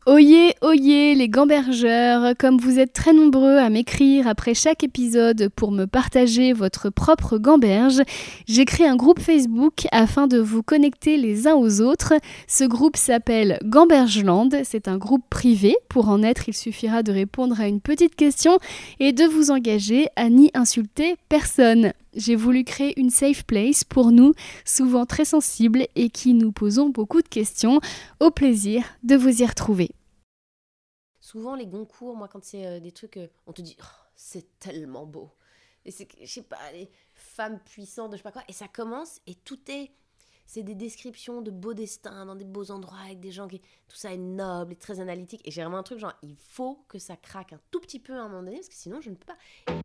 Oyez, oyez les gambergeurs, comme vous êtes très nombreux à m'écrire après chaque épisode pour me partager votre propre gamberge, j'ai créé un groupe Facebook afin de vous connecter les uns aux autres. Ce groupe s'appelle Gambergeland, c'est un groupe privé. Pour en être, il suffira de répondre à une petite question et de vous engager à n'y insulter personne. J'ai voulu créer une safe place pour nous, souvent très sensibles et qui nous posons beaucoup de questions. Au plaisir de vous y retrouver. Souvent, les Goncourt, moi, quand c'est des trucs, on te dit oh, c'est tellement beau. Et c'est, je sais pas, les femmes puissantes, de je sais pas quoi. Et ça commence et c'est des descriptions de beaux destins dans des beaux endroits avec des gens qui. Tout ça est noble et très analytique. Et j'ai vraiment un truc genre, il faut que ça craque un tout petit peu à un moment donné parce que sinon, je ne peux pas.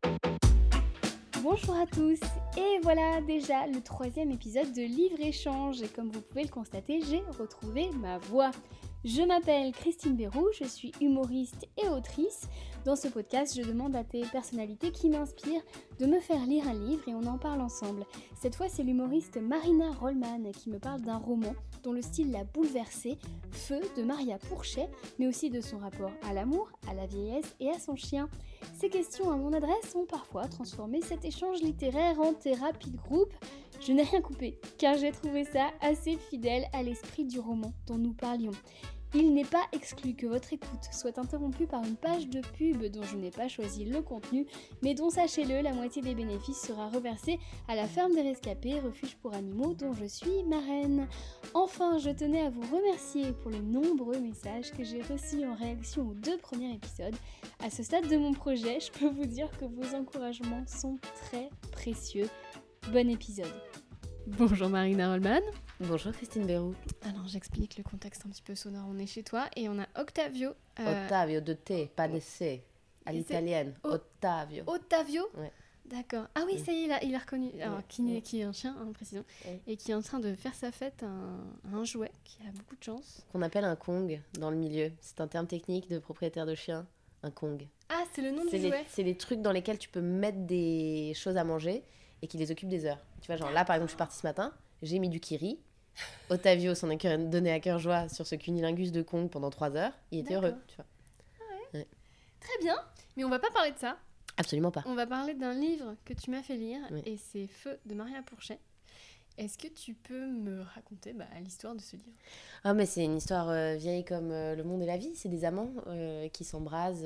Bonjour à tous, et voilà déjà le 3e épisode de Livre-Échange, et comme vous pouvez le constater, j'ai retrouvé ma voix. Je m'appelle Christine Béroux, je suis humoriste et autrice. Dans ce podcast, je demande à tes personnalités qui m'inspirent de me faire lire un livre et on en parle ensemble. Cette fois, c'est l'humoriste Marina Rollman qui me parle d'un roman dont le style l'a bouleversée, Feu de Maria Pourchet, mais aussi de son rapport à l'amour, à la vieillesse et à son chien. Ces questions à mon adresse ont parfois transformé cet échange littéraire en thérapie de groupe. Je n'ai rien coupé, car j'ai trouvé ça assez fidèle à l'esprit du roman dont nous parlions. Il n'est pas exclu que votre écoute soit interrompue par une page de pub dont je n'ai pas choisi le contenu, mais dont, sachez-le, la moitié des bénéfices sera reversée à la ferme des rescapés, refuge pour animaux dont je suis marraine. Enfin, je tenais à vous remercier pour les nombreux messages que j'ai reçus en réaction aux 2 premiers épisodes. À ce stade de mon projet, je peux vous dire que vos encouragements sont très précieux. Bon épisode. Bonjour Marina Rollman. Bonjour Christine Béroux. Alors j'explique le contexte un petit peu sonore. On est chez toi et on a Octavio. Ottavio, de T, pas de C. À l'italienne. Ottavio. Octavio. Ouais. D'accord. Ah oui, ça y est, il a reconnu. Alors, qui est un chien, précisons. Ouais. Et qui est en train de faire sa fête à un jouet qui a beaucoup de chance. Qu'on appelle un Kong dans le milieu. C'est un terme technique de propriétaire de chien. Un Kong. Ah, c'est le nom du jouet. C'est les trucs dans lesquels tu peux mettre des choses à manger et qui les occupent des heures. Tu vois, genre là, par exemple, je suis partie ce matin, j'ai mis du kiri. Ottavio s'en est donné à cœur joie sur ce cunilingus de Kong pendant 3 heures. Il était heureux, tu vois. Ah ouais. Très bien, mais on va pas parler de ça. Absolument pas. On va parler d'un livre que tu m'as fait lire, Oui. et c'est Feu de Maria Pourchet. Est-ce que tu peux me raconter l'histoire de ce livre ? Ah, mais c'est une histoire vieille comme le monde et la vie. C'est des amants qui s'embrasent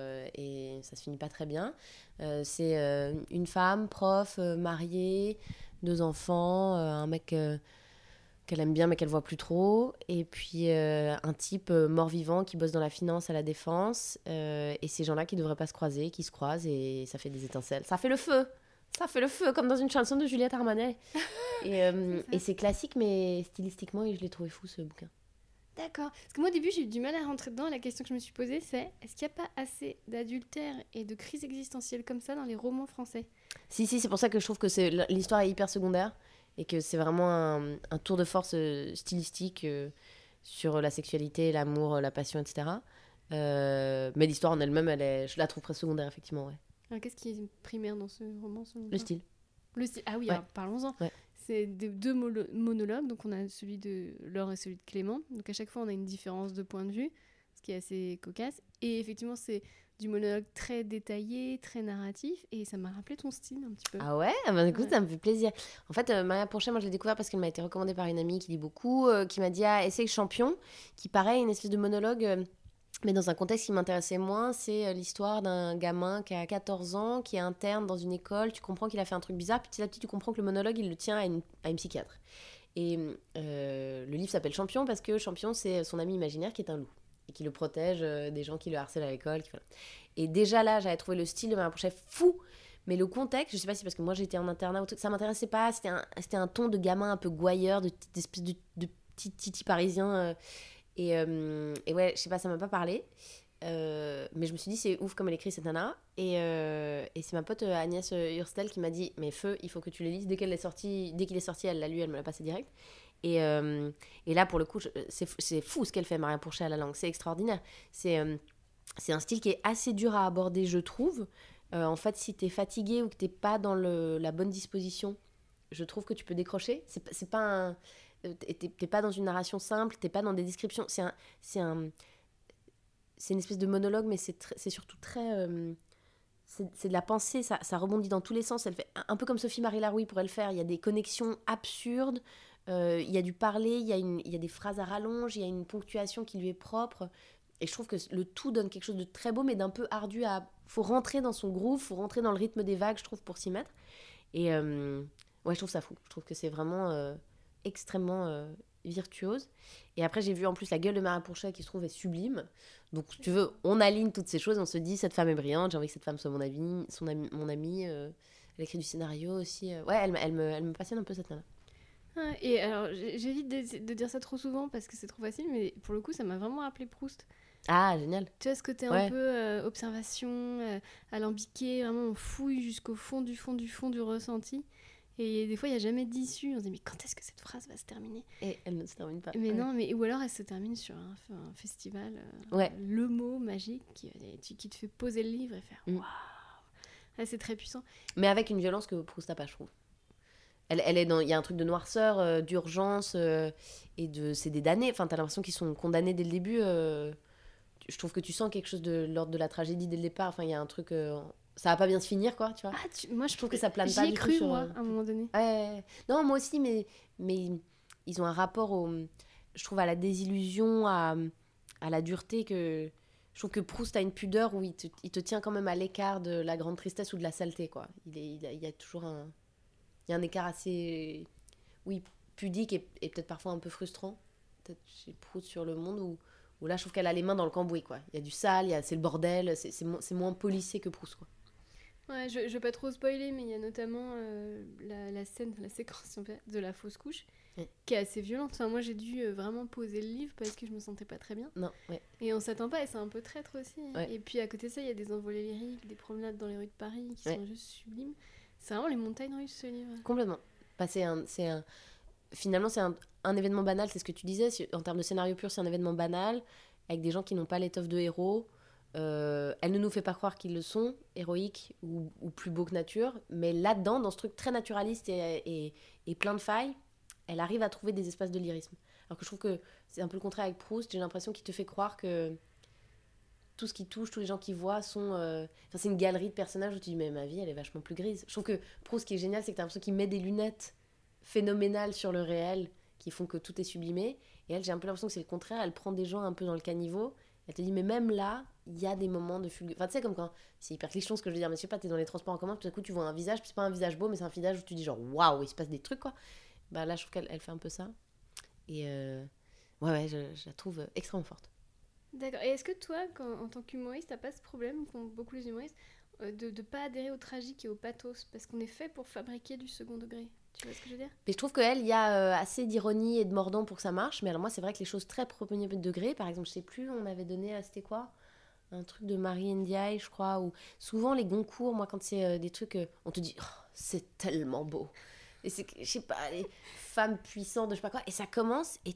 et ça se finit pas très bien. C'est une femme, prof, mariée, 2 enfants, un mec qu'elle aime bien mais qu'elle voit plus trop, et puis un type mort-vivant qui bosse dans la finance à la défense, et ces gens-là qui devraient pas se croiser, qui se croisent, et ça fait des étincelles. Ça fait le feu. Ça fait le feu, comme dans une chanson de Juliette Armanet. Et c'est classique, mais stylistiquement, je l'ai trouvé fou, ce bouquin. D'accord. Parce que moi, au début, j'ai eu du mal à rentrer dedans. La question que je me suis posée, c'est est-ce qu'il n'y a pas assez d'adultère et de crise existentielle comme ça dans les romans français ? Si, c'est pour ça que je trouve que l'histoire est hyper secondaire, et que c'est vraiment un tour de force stylistique sur la sexualité, l'amour, la passion, etc. Mais l'histoire en elle-même, je la trouve très secondaire, effectivement, ouais. Alors, qu'est-ce qui est primaire dans ce roman, selon Le toi ? style. Le style. Ah oui, Ouais. alors parlons-en. Ouais. C'est 2 monologues, donc on a celui de Laure et celui de Clément. Donc à chaque fois, on a une différence de point de vue, ce qui est assez cocasse. Et effectivement, c'est du monologue très détaillé, très narratif, et ça m'a rappelé ton style un petit peu. Ah ouais ? Ah ben, écoute, Ouais. ça me fait plaisir. En fait, Maria Pourchet, moi je l'ai découvert parce qu'elle m'a été recommandée par une amie qui lit beaucoup, qui m'a dit essaye Champion, qui pareil, une espèce de monologue, mais dans un contexte qui m'intéressait moins. C'est l'histoire d'un gamin qui a 14 ans, qui est interne dans une école. Tu comprends qu'il a fait un truc bizarre, puis petit à petit tu comprends que le monologue il le tient à une psychiatre. Et le livre s'appelle Champion parce que Champion, c'est son ami imaginaire qui est un loup et qui le protège des gens qui le harcèlent à l'école. Voilà. Et déjà là, j'avais trouvé le style de Maria Pourchet fou, mais le contexte, je sais pas si c'est parce que moi j'étais en internat ou tout, ça m'intéressait pas. C'était un ton de gamin un peu gouailleur, d'espèce de petit titi parisien. Et ouais, je sais pas, ça m'a pas parlé. Mais je me suis dit, c'est ouf comme elle écrit cette nana. Et c'est ma pote Agnès Hurstel qui m'a dit, mais Feu, il faut que tu les lises. Dès qu'il est sorti, elle l'a lu, elle me l'a passé direct. Et là, pour le coup, c'est fou ce qu'elle fait, Maria Pourchet, à la langue. C'est extraordinaire. C'est un style qui est assez dur à aborder, je trouve. En fait, si t'es fatigué ou que t'es pas dans la bonne disposition, je trouve que tu peux décrocher. C'est pas t'es pas dans une narration simple, t'es pas dans des descriptions. c'est une espèce de monologue, mais c'est surtout très... c'est de la pensée, ça rebondit dans tous les sens. Elle fait un peu comme Sophie-Marie Larouille pourrait le faire. Il y a des connexions absurdes, il y a du parler, il y a des phrases à rallonge, il y a une ponctuation qui lui est propre. Et je trouve que le tout donne quelque chose de très beau, mais d'un peu ardu à... Faut rentrer dans son groove, faut rentrer dans le rythme des vagues, je trouve, pour s'y mettre. Et ouais, je trouve ça fou. Je trouve que c'est vraiment extrêmement virtuose. Et après, j'ai vu en plus La gueule de Maria Pourchet qui se trouve est sublime. Donc, si tu veux, on aligne toutes ces choses. On se dit, cette femme est brillante. J'ai envie que cette femme soit mon amie. Elle écrit du scénario aussi. Ouais, elle me passionne un peu cette nana. Ah, et alors, j'évite de dire ça trop souvent parce que c'est trop facile, mais pour le coup, ça m'a vraiment rappelé Proust. Ah, génial. Tu vois, ce côté Ouais. un peu observation, alambiqué, vraiment on fouille jusqu'au fond du ressenti. Et des fois, il n'y a jamais d'issue. On se dit, mais quand est-ce que cette phrase va se terminer ? Et elle ne se termine pas. Mais Ouais. non, ou alors elle se termine sur un festival, Ouais. le mot magique qui te fait poser le livre et faire waouh. Ah, c'est très puissant. Mais avec une violence que Proust n'a pas, je trouve. Elle est dans... Il y a un truc de noirceur, d'urgence, et c'est des damnés. Enfin, t'as l'impression qu'ils sont condamnés dès le début. Je trouve que tu sens quelque chose de l'ordre de la tragédie dès le départ. Enfin, il y a un truc... ça va pas bien se finir, quoi, tu vois. Ah, moi, je trouve que ça plane pas j'y ai du cru, tout sur... moi, à un moment donné. Ouais. Non, moi aussi, mais ils ont un rapport je trouve à la désillusion, à la dureté que... Je trouve que Proust a une pudeur où il te tient quand même à l'écart de la grande tristesse ou de la saleté, quoi. Il y a toujours un... Il y a un écart assez, oui, pudique et peut-être parfois un peu frustrant, peut-être chez Proust sur le monde, où là, je trouve qu'elle a les mains dans le cambouis, quoi. Il y a du sale, c'est le bordel, c'est moins polissé que Proust, quoi. Ouais, je vais pas trop spoiler, mais il y a notamment la scène, la séquence en fait, de la fausse couche, qui est assez violente. Enfin, moi, j'ai dû vraiment poser le livre parce que je me sentais pas très bien. Non, ouais. Et on s'attend pas, et c'est un peu traître aussi. Ouais. Et puis à côté de ça, il y a des envolées lyriques, des promenades dans les rues de Paris qui sont juste sublimes. C'est vraiment les montagnes russes, ce livre. Complètement. Bah, finalement, c'est un événement banal, c'est ce que tu disais. En termes de scénario pur, c'est un événement banal, avec des gens qui n'ont pas l'étoffe de héros. Elle ne nous fait pas croire qu'ils le sont, héroïques ou plus beaux que nature. Mais là-dedans, dans ce truc très naturaliste et plein de failles, elle arrive à trouver des espaces de lyrisme. Alors que je trouve que c'est un peu le contraire avec Proust. J'ai l'impression qu'il te fait croire que tout ce qui touche, tous les gens qui voient sont... Enfin, c'est une galerie de personnages où tu dis, mais ma vie, elle est vachement plus grise. Je trouve que Proust, ce qui est génial, c'est que t'as l'impression qu'il met des lunettes phénoménales sur le réel qui font que tout est sublimé. Et elle, j'ai un peu l'impression que c'est le contraire. Elle prend des gens un peu dans le caniveau. Elle te dit, mais même là, il y a des moments de fulgurance. Enfin, tu sais, comme quand... C'est hyper cliché ce que je veux dire, mais je sais pas, t'es dans les transports en commun, tout à coup, tu vois un visage, puis c'est pas un visage beau, mais c'est un visage où tu dis genre, waouh, il se passe des trucs, quoi. Bah là, je trouve qu'elle fait un peu ça. Et ouais, je la trouve extrêmement forte. D'accord. Et est-ce que toi, en tant qu'humoriste, t'as pas ce problème qu'ont beaucoup les humoristes de ne pas adhérer au tragique et au pathos parce qu'on est fait pour fabriquer du second degré? Tu vois ce que je veux dire? Mais je trouve qu'elle, il y a assez d'ironie et de mordant pour que ça marche. Mais alors moi, c'est vrai que les choses très premier degré, par exemple, je sais plus, on avait donné, c'était quoi? Un truc de Marie Ndiaye, je crois, ou souvent les Goncourt, moi, quand c'est des trucs, on te dit, oh, c'est tellement beau. Et c'est, je sais pas, les femmes puissantes, de je sais pas quoi, et ça commence, et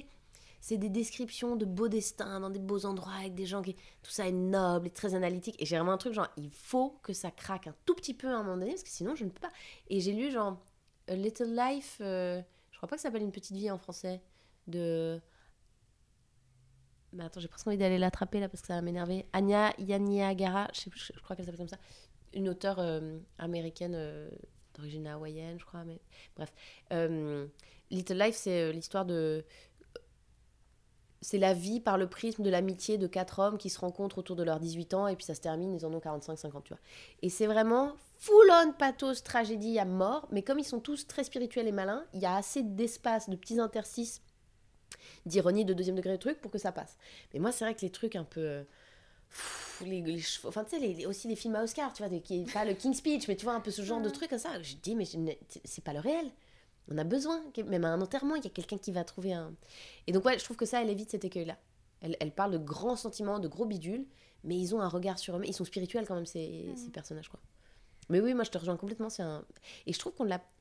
c'est des descriptions de beaux destins dans des beaux endroits avec des gens qui... Tout ça est noble et très analytique. Et j'ai vraiment un truc genre, il faut que ça craque un tout petit peu à un moment donné, parce que sinon je ne peux pas. Et j'ai lu genre A Little Life, je crois pas que ça s'appelle Une petite vie en français, de... Mais attends, j'ai presque envie d'aller l'attraper là parce que ça va m'énerver. Anya Yanniagara, je crois qu'elle s'appelle comme ça. Une auteure américaine d'origine hawaïenne, je crois. Mais bref. Little Life, c'est l'histoire de... C'est la vie par le prisme de l'amitié de 4 hommes qui se rencontrent autour de leurs 18 ans et puis ça se termine, ils en ont 45-50, tu vois. Et c'est vraiment full-on pathos, tragédie à mort, mais comme ils sont tous très spirituels et malins, il y a assez d'espace, de petits interstices d'ironie de deuxième degré de trucs pour que ça passe. Mais moi, c'est vrai que les trucs un peu... les chevaux, enfin tu sais, aussi les films à Oscar, tu vois, pas le King's Speech, mais tu vois, un peu ce genre de trucs comme ça, je dis, mais c'est pas le réel. On a besoin, même à un enterrement, il y a quelqu'un qui va trouver un... Et donc ouais, je trouve que ça, elle évite cet écueil-là. Elle parle de grands sentiments, de gros bidules, mais ils ont un regard sur eux, ils sont spirituels quand même, ces personnages, quoi. Mais oui, moi je te rejoins complètement, et je trouve qu'on l'a...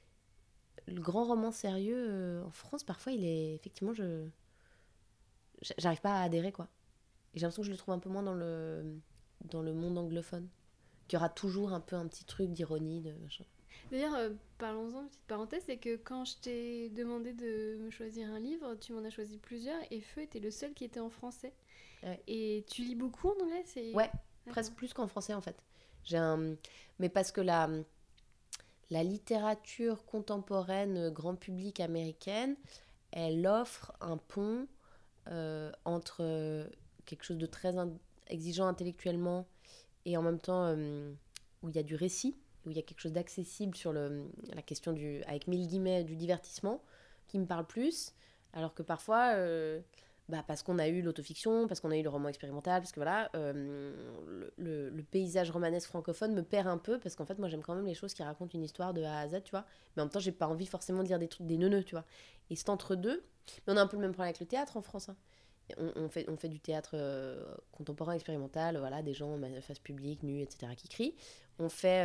Le grand roman sérieux, en France, parfois, il est... Effectivement, j'arrive pas à adhérer, quoi. Et j'ai l'impression que je le trouve un peu moins dans le monde anglophone. Qu'il y aura toujours un peu un petit truc d'ironie, de machin. D'ailleurs, parlons-en, petite parenthèse, c'est que quand je t'ai demandé de me choisir un livre, tu m'en as choisi plusieurs et Feu était le seul qui était en français. Ouais. Et tu lis beaucoup en anglais Ouais, presque plus qu'en français en fait. Mais parce que la littérature contemporaine grand public américaine, elle offre un pont entre quelque chose de très exigeant intellectuellement et en même temps où il y a du récit, où il y a quelque chose d'accessible sur la question avec mille guillemets, du divertissement qui me parle plus, alors que parfois, parce qu'on a eu l'autofiction, parce qu'on a eu le roman expérimental, parce que voilà, le paysage romanesque francophone me perd un peu, parce qu'en fait, moi j'aime quand même les choses qui racontent une histoire de A à Z, tu vois, mais en même temps, j'ai pas envie forcément de lire des trucs, des neuneux, tu vois. Et c'est entre deux, mais on a un peu le même problème avec le théâtre en France, hein. On fait du théâtre contemporain expérimental, voilà, des gens face publique, nus, etc., qui crient. On fait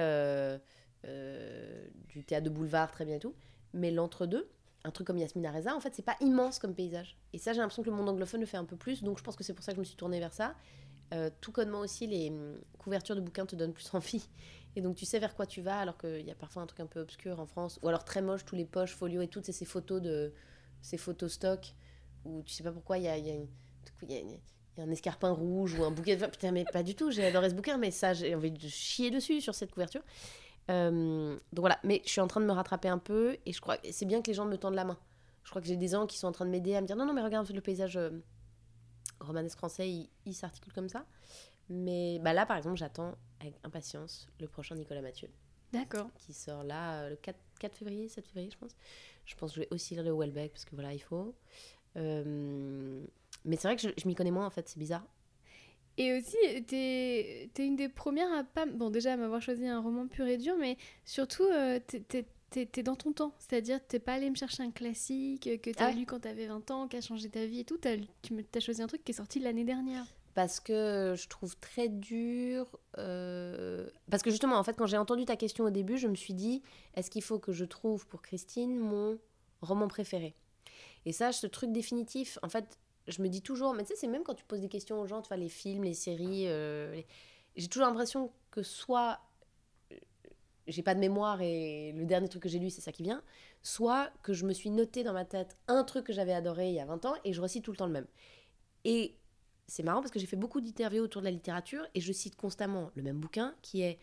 du théâtre de boulevard, très bien et tout. Mais l'entre-deux, un truc comme Yasmina Reza, en fait, c'est pas immense comme paysage. Et ça, j'ai l'impression que le monde anglophone le fait un peu plus, donc je pense que c'est pour ça que je me suis tournée vers ça. Tout connement aussi, les couvertures de bouquins te donnent plus envie. Et donc tu sais vers quoi tu vas, alors qu'il y a parfois un truc un peu obscur en France, ou alors très moche, tous les poches, folios et tout, c'est ces photos stock où tu sais pas pourquoi il y a un escarpin rouge ou un bouquet de... Putain, mais pas du tout, j'ai adoré ce bouquin, mais ça, j'ai envie de chier dessus sur cette couverture. Donc voilà, mais je suis en train de me rattraper un peu et je crois que c'est bien que les gens me tendent la main. Je crois que j'ai des gens qui sont en train de m'aider à me dire non, non, mais regarde, le paysage romanesque français, il s'articule comme ça. Mais bah là, par exemple, j'attends avec impatience le prochain Nicolas Mathieu. D'accord. Qui sort là le 4 février, 7 février, je pense. Je pense que je vais aussi lire le Welbeck parce que voilà, il faut. Mais c'est vrai que je m'y connais moins en fait, c'est bizarre. Et aussi, t'es une des premières à pas... Bon, déjà, à m'avoir choisi un roman pur et dur, mais surtout, t'es dans ton temps. C'est-à-dire, t'es pas allé me chercher un classique que t'as lu quand t'avais 20 ans, qui a changé ta vie et tout. T'as choisi un truc qui est sorti l'année dernière. Parce que je trouve très dur... Parce que justement, en fait, quand j'ai entendu ta question au début, je me suis dit, est-ce qu'il faut que je trouve pour Christine mon roman préféré ? Et ça, ce truc définitif, en fait, je me dis toujours... Mais tu sais, c'est même quand tu poses des questions aux gens, tu vois, les films, les séries... J'ai toujours l'impression que soit j'ai pas de mémoire et le dernier truc que j'ai lu, c'est ça qui vient, soit que je me suis noté dans ma tête un truc que j'avais adoré il y a 20 ans et je recite tout le temps le même. Et c'est marrant parce que j'ai fait beaucoup d'interviews autour de la littérature et je cite constamment le même bouquin qui est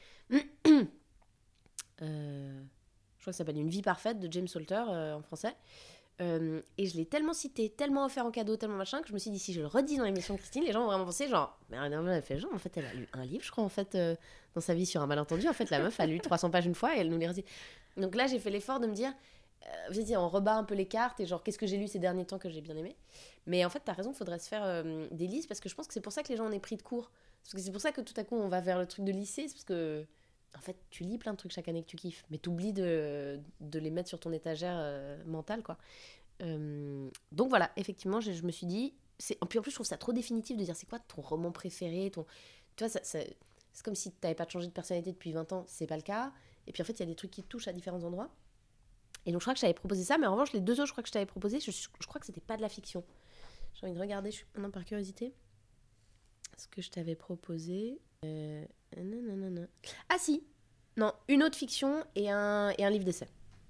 je crois que ça s'appelle Une vie parfaite de James Salter en français. Et je l'ai tellement cité, tellement offert en cadeau, tellement machin, que je me suis dit, si je le redis dans l'émission de Christine, les gens vont vraiment penser genre, mais elle a fait genre, en fait, elle a lu un livre, je crois, en fait, dans sa vie sur un malentendu. En fait, la meuf a lu 300 pages une fois et elle nous les redit. Donc là, j'ai fait l'effort de me dire, on rebat un peu les cartes et genre, qu'est-ce que j'ai lu ces derniers temps que j'ai bien aimé. Mais en fait, t'as raison, faudrait se faire des listes parce que je pense que c'est pour ça que les gens en aient pris de court. Parce que c'est pour ça que tout à coup, on va vers le truc de lycée, c'est parce que en fait, tu lis plein de trucs chaque année que tu kiffes, mais t'oublies de les mettre sur ton étagère mentale, quoi. Donc voilà, effectivement, je me suis dit... Puis en plus, je trouve ça trop définitif de dire c'est quoi ton roman préféré, Tu vois, c'est comme si t'avais pas changé de personnalité depuis 20 ans, c'est pas le cas. Et puis en fait, il y a des trucs qui te touchent à différents endroits. Et donc je crois que je t'avais proposé ça, mais en revanche, les deux autres, je crois que je t'avais proposé, je crois que c'était pas de la fiction. J'ai envie de regarder, je suis maintenant par curiosité. Ce que je t'avais proposé... Non. Ah si. Non, une autre fiction et un livre d'essai.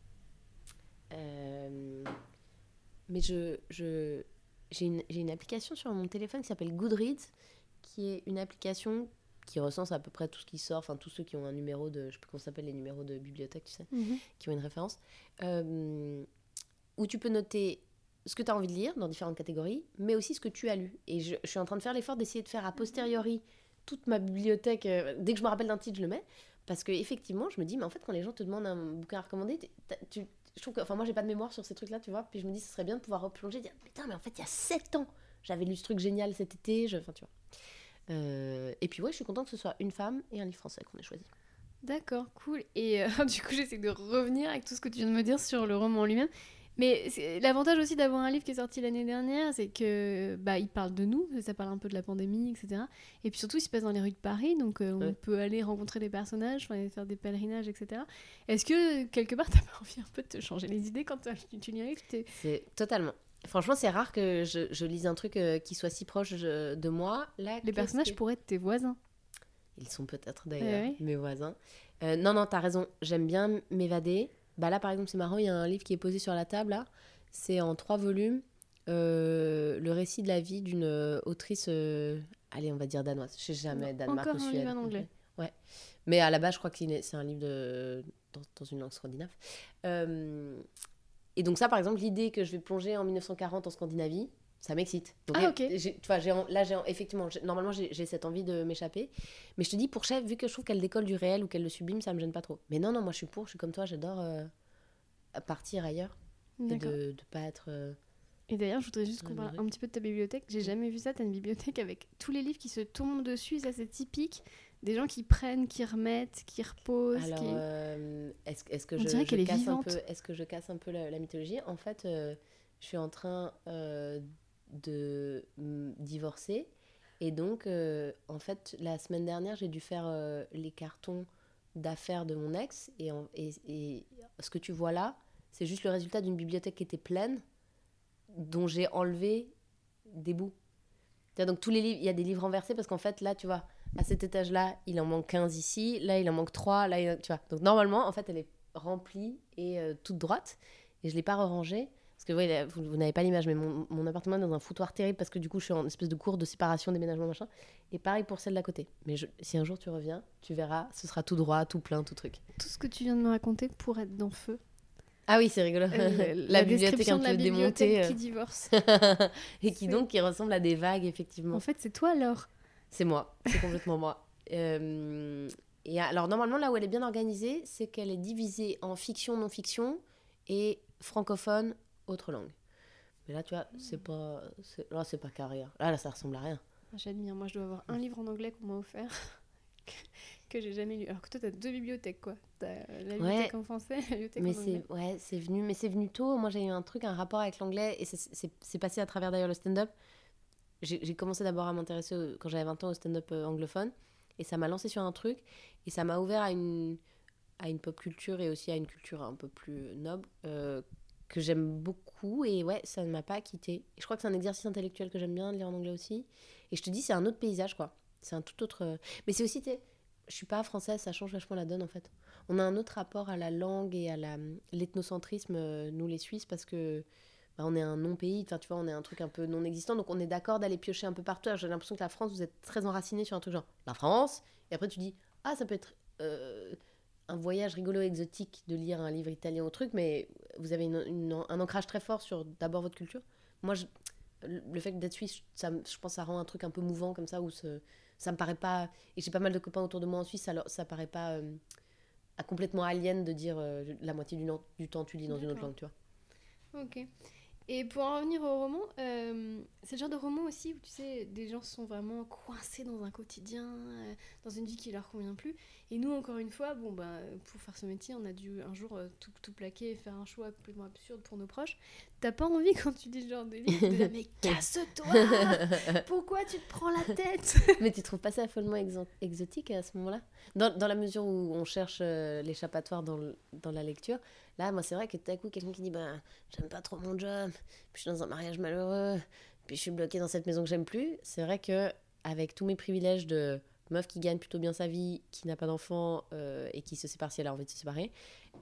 Mais j'ai une application sur mon téléphone qui s'appelle Goodreads, qui est une application qui recense à peu près tout ce qui sort, enfin tous ceux qui ont un numéro de, je sais plus comment ça s'appelle, les numéros de bibliothèque, tu sais, qui ont une référence, où tu peux noter ce que tu as envie de lire dans différentes catégories, mais aussi ce que tu as lu. Et je suis en train de faire l'effort d'essayer de faire a posteriori toute ma bibliothèque. Dès que je me rappelle d'un titre, je le mets. Parce qu'effectivement, je me dis, mais en fait, quand les gens te demandent un bouquin à recommander, je trouve que, enfin, moi, j'ai pas de mémoire sur ces trucs-là, tu vois. Puis je me dis, ce serait bien de pouvoir replonger, dire, putain, mais en fait, il y a 7 ans, j'avais lu ce truc génial cet été. Enfin, tu vois. Et puis, ouais, je suis contente que ce soit une femme et un livre français qu'on ait choisi. D'accord, cool. Et du coup, j'essaie de revenir avec tout ce que tu viens de me dire sur le roman en lui-même. Mais l'avantage aussi d'avoir un livre qui est sorti l'année dernière, c'est que il parle de nous, ça parle un peu de la pandémie, etc. Et puis surtout, il se passe dans les rues de Paris, donc on peut aller rencontrer des personnages, faire des pèlerinages, etc. Est-ce que quelque part, t'as pas envie un peu de te changer les idées quand tu lis un livre C'est totalement. Franchement, c'est rare que je lise un truc qui soit si proche de moi. Là, les personnages pourraient être tes voisins. Ils sont peut-être d'ailleurs mes voisins. Non, t'as raison. J'aime bien m'évader. Là, par exemple, c'est marrant, il y a un livre qui est posé sur la table, là. C'est en 3 volumes. Le récit de la vie d'une autrice, allez, on va dire danoise. Je sais jamais, Danemark Encore ou un Suède. livre en anglais. Ouais. Mais à la base, je crois que c'est un livre dans une langue scandinave. Et donc ça, par exemple, l'idée que je vais plonger en 1940 en Scandinavie, ça m'excite. Donc, ok. tu vois, effectivement, normalement, j'ai cette envie de m'échapper. Mais je te dis, pour Chef, vu que je trouve qu'elle décolle du réel ou qu'elle le sublime, ça me gêne pas trop. Mais non, moi, je suis comme toi, j'adore partir ailleurs. D'accord. Et de pas être... Et d'ailleurs, je voudrais juste qu'on parle un petit peu de ta bibliothèque. J'ai jamais vu ça. T'as une bibliothèque avec tous les livres qui se tombent dessus. Ça, c'est typique. Des gens qui prennent, qui remettent, qui reposent. Alors, est-ce que On dirait qu'elle est casse vivante. est-ce que je casse un peu la mythologie? En fait, je suis en train de divorcer. Et donc, en fait, la semaine dernière, j'ai dû faire les cartons d'affaires de mon ex. Et ce que tu vois là, c'est juste le résultat d'une bibliothèque qui était pleine, dont j'ai enlevé des bouts. Donc, tous les livres, il y a des livres renversés parce qu'en fait, là, tu vois, à cet étage-là, il en manque 15 ici. Là, il en manque 3. Là, tu vois. Donc, normalement, en fait, elle est remplie et toute droite. Et je ne l'ai pas rangée. Parce que vous n'avez pas l'image, mais mon appartement est dans un foutoir terrible parce que du coup, je suis en espèce de cours de séparation, déménagement, machin. Et pareil pour celle d'à côté. Mais si un jour tu reviens, tu verras, ce sera tout droit, tout plein, tout truc. Tout ce que tu viens de me raconter pourrait être dans Feu. Ah oui, c'est rigolo. La bibliothèque un description de peu la bibliothèque démontée. qui divorce. Et qui ressemble à des vagues, effectivement. En fait, c'est toi alors. C'est moi, c'est complètement moi. Et alors, normalement, là où elle est bien organisée, c'est qu'elle est divisée en fiction, non-fiction et francophone, autre langue. Mais là, tu vois, c'est pas carré. Là, ça ressemble à rien. J'admire. Moi, je dois avoir un livre en anglais qu'on m'a offert que j'ai jamais lu. Alors que toi, t'as 2 bibliothèques, quoi. T'as la bibliothèque en français, la bibliothèque en anglais. Mais c'est venu tôt. Moi, j'ai eu un rapport avec l'anglais et c'est passé à travers d'ailleurs le stand-up. J'ai commencé d'abord à m'intéresser, quand j'avais 20 ans, au stand-up anglophone. Et ça m'a lancé sur un truc. Et ça m'a ouvert à une pop culture et aussi à une culture un peu plus noble que j'aime beaucoup. Et ouais, ça ne m'a pas quitté. Et je crois que c'est un exercice intellectuel que j'aime bien de lire en anglais aussi. Et je te dis, c'est un autre paysage, quoi. C'est un tout autre... Mais c'est aussi, je suis pas française, ça change vachement la donne, en fait. On a un autre rapport à la langue et à l'ethnocentrisme, nous les Suisses, parce que on est un non-pays, tu vois, on est un truc un peu non-existant, donc on est d'accord d'aller piocher un peu partout. Alors, j'ai l'impression que la France, vous êtes très enracinés sur un truc genre la France, et après tu dis, ah, ça peut être un voyage rigolo, exotique de lire un livre italien ou truc, mais vous avez un ancrage très fort sur d'abord votre culture. Moi, le fait d'être suisse, je pense que ça rend un truc un peu mouvant comme ça, où ça me paraît pas, et j'ai pas mal de copains autour de moi en Suisse, alors ça paraît pas complètement alien de dire la moitié du temps tu lis dans une autre langue, tu vois. Ok. Et pour en revenir au roman, c'est le genre de roman aussi où tu sais, des gens sont vraiment coincés dans un quotidien, dans une vie qui leur convient plus. Et nous, encore une fois, pour faire ce métier, on a dû un jour tout plaquer et faire un choix complètement absurde pour nos proches. T'as pas envie, quand tu dis ce genre de livre, de dire mais casse-toi. Pourquoi tu te prends la tête? Mais tu trouves pas ça follement exotique à ce moment-là, dans la mesure où on cherche l'échappatoire dans la lecture. Là, moi, c'est vrai que tout à coup, quelqu'un qui dit j'aime pas trop mon job, puis je suis dans un mariage malheureux, puis je suis bloquée dans cette maison que j'aime plus. C'est vrai que avec tous mes privilèges de meuf qui gagne plutôt bien sa vie, qui n'a pas d'enfant et qui se sépare si elle a envie de se séparer,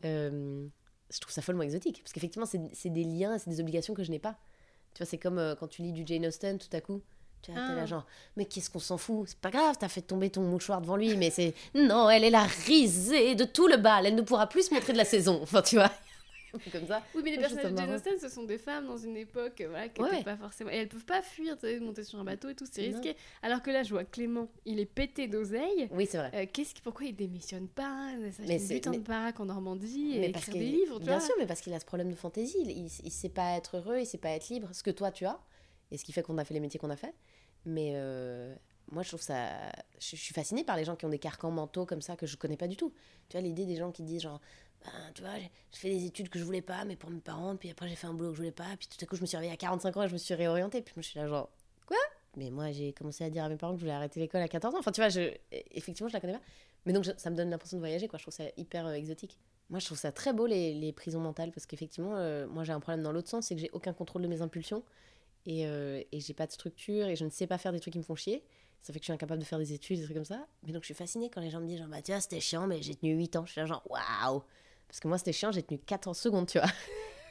je trouve ça follement exotique. Parce qu'effectivement, c'est des liens, c'est des obligations que je n'ai pas. Tu vois, c'est comme quand tu lis du Jane Austen, tout à coup. Tu vois, t'es là genre, mais qu'est-ce qu'on s'en fout? C'est pas grave, t'as fait tomber ton mouchoir devant lui, mais c'est... Non, elle est la risée de tout le bal, elle ne pourra plus se montrer de la saison. Enfin, tu vois, comme ça. Oui, mais les personnages de Jane Austen, ce sont des femmes dans une époque qui n'était pas forcément... Et elles peuvent pas fuir, tu sais, monter sur un bateau et tout, c'est risqué. Alors que là, je vois Clément, il est pété d'oseille. Oui, c'est vrai. Pourquoi il démissionne pas? Ça fait une butin de baraque en Normandie et écrire des livres, tu bien vois. sûr, mais parce qu'il a ce problème de fantaisie. Il sait pas être heureux, il sait pas être libre. Ce que toi, tu as. Et ce qui fait qu'on a fait les métiers qu'on a fait. Mais moi, je trouve ça... Je suis fascinée par les gens qui ont des carcans mentaux comme ça que je connais pas du tout. Tu vois, l'idée des gens qui disent genre... tu vois, je fais des études que je voulais pas, mais pour mes parents, puis après j'ai fait un boulot que je voulais pas, puis tout à coup je me suis réveillée à 45 ans et je me suis réorientée, puis moi je suis là genre, quoi? Mais moi j'ai commencé à dire à mes parents que je voulais arrêter l'école à 14 ans, enfin tu vois, effectivement je la connais pas, mais donc ça me donne l'impression de voyager, quoi. Je trouve ça hyper exotique. Moi je trouve ça très beau les prisons mentales, parce qu'effectivement, moi j'ai un problème dans l'autre sens, c'est que j'ai aucun contrôle de mes impulsions, et j'ai pas de structure, et je ne sais pas faire des trucs qui me font chier. Ça fait que je suis incapable de faire des études, des trucs comme ça. Mais donc je suis fascinée quand les gens me disent genre, tu vois, c'était chiant, mais j'ai tenu 8 ans. Je suis là genre, waouh! Parce que moi, c'était chiant, j'ai tenu 14 secondes, tu vois.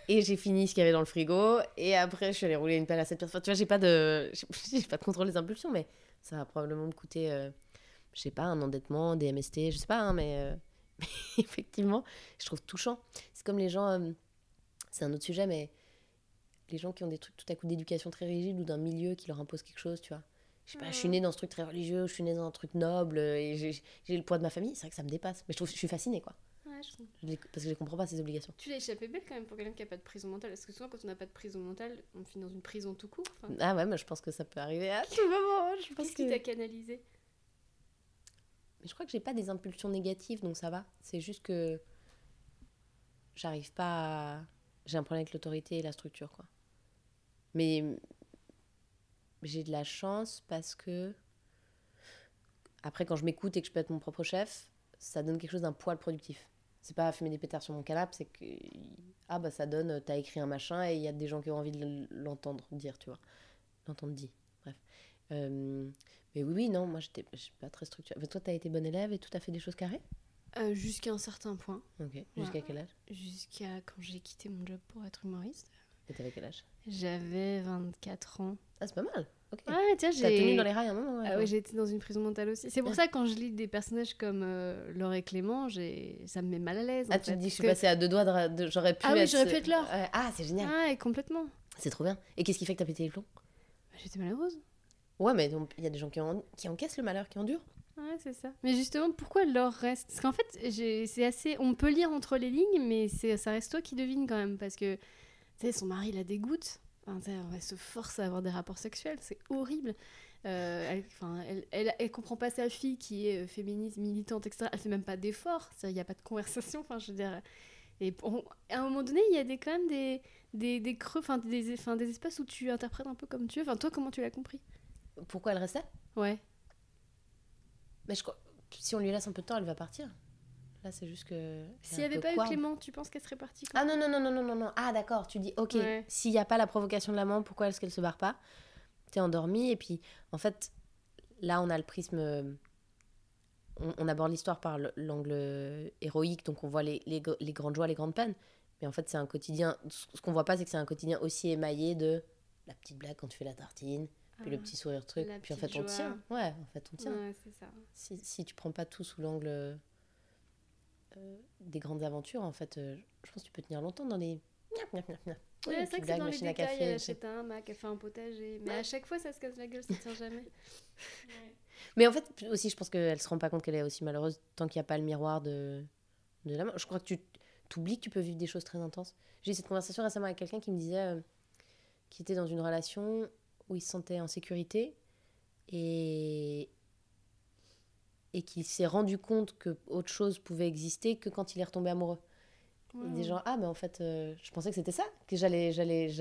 Et j'ai fini ce qu'il y avait dans le frigo. Et après, je suis allée rouler une pelle à 7 pièces. Enfin, tu vois, j'ai pas de contrôle des impulsions, mais ça va probablement me coûter, je sais pas, un endettement, des MST, je sais pas, hein, mais effectivement, je trouve touchant. C'est comme les gens, c'est un autre sujet, mais les gens qui ont des trucs tout à coup d'éducation très rigide ou d'un milieu qui leur impose quelque chose, tu vois. Je sais pas, je suis née dans ce truc très religieux, je suis née dans un truc noble, et j'ai le poids de ma famille, c'est vrai que ça me dépasse. Mais je suis fascinée, quoi. Ouais, je comprends. Parce que je comprends pas ces obligations. Tu l'as échappé belle quand même pour quelqu'un qui a pas de prison mentale. Parce que souvent, quand on n'a pas de prison mentale, on finit dans une prison tout court. Enfin, Ah ouais, mais je pense que ça peut arriver à tout moment. qu'est-ce qui t'a canalisé? Mais je crois que j'ai pas des impulsions négatives, donc ça va. C'est juste que j'arrive pas à... J'ai un problème avec l'autorité et la structure, quoi. Mais j'ai de la chance parce que... Après, quand je m'écoute et que je peux être mon propre chef, ça donne quelque chose d'un poil productif. C'est pas fumer des pétards sur mon canapé, c'est que... Ah bah ça donne, t'as écrit un machin et il y a des gens qui ont envie de l'entendre dire, tu vois. L'entendre dit, bref. Mais oui, non, moi j'étais pas très structurée. Mais toi, t'as été bonne élève et tout a fait des choses carrées? Jusqu'à un certain point. Ok. Jusqu'à quel âge? Jusqu'à quand j'ai quitté mon job pour être humoriste. Et t'avais quel âge? J'avais 24 ans. Ah, c'est pas mal. Ok. Ouais, tiens, T'as tenu dans les rails un moment, ouais. Ah ouais, j'ai été dans une prison mentale aussi. C'est pour ça, quand je lis des personnages comme Laure et Clément, ça me met mal à l'aise. Ah, tu te dis que je suis passée à 2 doigts j'aurais pu Ah oui, être... j'aurais pu être Laure. Ah, c'est génial. Ah, et complètement. C'est trop bien. Et qu'est-ce qui fait que t'as pété les plombs? J'étais malheureuse. Ouais, mais il y a des gens qui encaissent le malheur, qui endurent. Ouais, c'est ça. Mais justement, pourquoi Laure reste? Parce qu'en fait, c'est assez... On peut lire entre les lignes, mais ça reste toi qui devine quand même. Parce que, tu sais, son mari la dégoûte. Enfin, elle se force à avoir des rapports sexuels. C'est horrible. Elle comprend pas sa fille qui est féministe, militante, etc. Elle fait même pas d'efforts. Il n'y a pas de conversation. Enfin, je veux dire... Et à un moment donné, il y a quand même des creux, des espaces où tu interprètes un peu comme tu veux. Enfin, toi, comment tu l'as compris? Pourquoi elle restait? Ouais. Mais je crois... Si on lui laisse un peu de temps, elle va partir. Là, c'est juste que... S'il n'y avait pas eu Clément, tu penses qu'elle serait partie Ah non. Ah d'accord, tu dis, ok, ouais. S'il n'y a pas la provocation de l'amant, pourquoi est-ce qu'elle se barre pas? T'es endormie, et puis, en fait, là, on a le prisme... On aborde l'histoire par l'angle héroïque, donc on voit les grandes joies, les grandes peines. Mais en fait, c'est un quotidien... Ce qu'on voit pas, c'est que c'est un quotidien aussi émaillé de la petite blague quand tu fais la tartine, puis le petit sourire truc, puis en fait, on tient. Ouais, en fait, on tient. Ouais, c'est ça. Si tu prends pas tout sous l'angle des grandes aventures, en fait, je pense que tu peux tenir longtemps dans les... Ouais, c'est vrai que c'est dans les détails, elle achète un hamac, elle fait un potager. Mais à chaque fois, ça se casse la gueule, ça tient jamais. Ouais. Mais en fait, aussi, je pense qu'elle se rend pas compte qu'elle est aussi malheureuse tant qu'il n'y a pas le miroir de la main. Je crois que tu t'oublies que tu peux vivre des choses très intenses. J'ai eu cette conversation récemment avec quelqu'un qui me disait qu'il était dans une relation où il se sentait en sécurité et qu'il s'est rendu compte que autre chose pouvait exister que quand il est retombé amoureux. Wow. Et des gens, ah, mais en fait, je pensais que c'était ça, que j'allais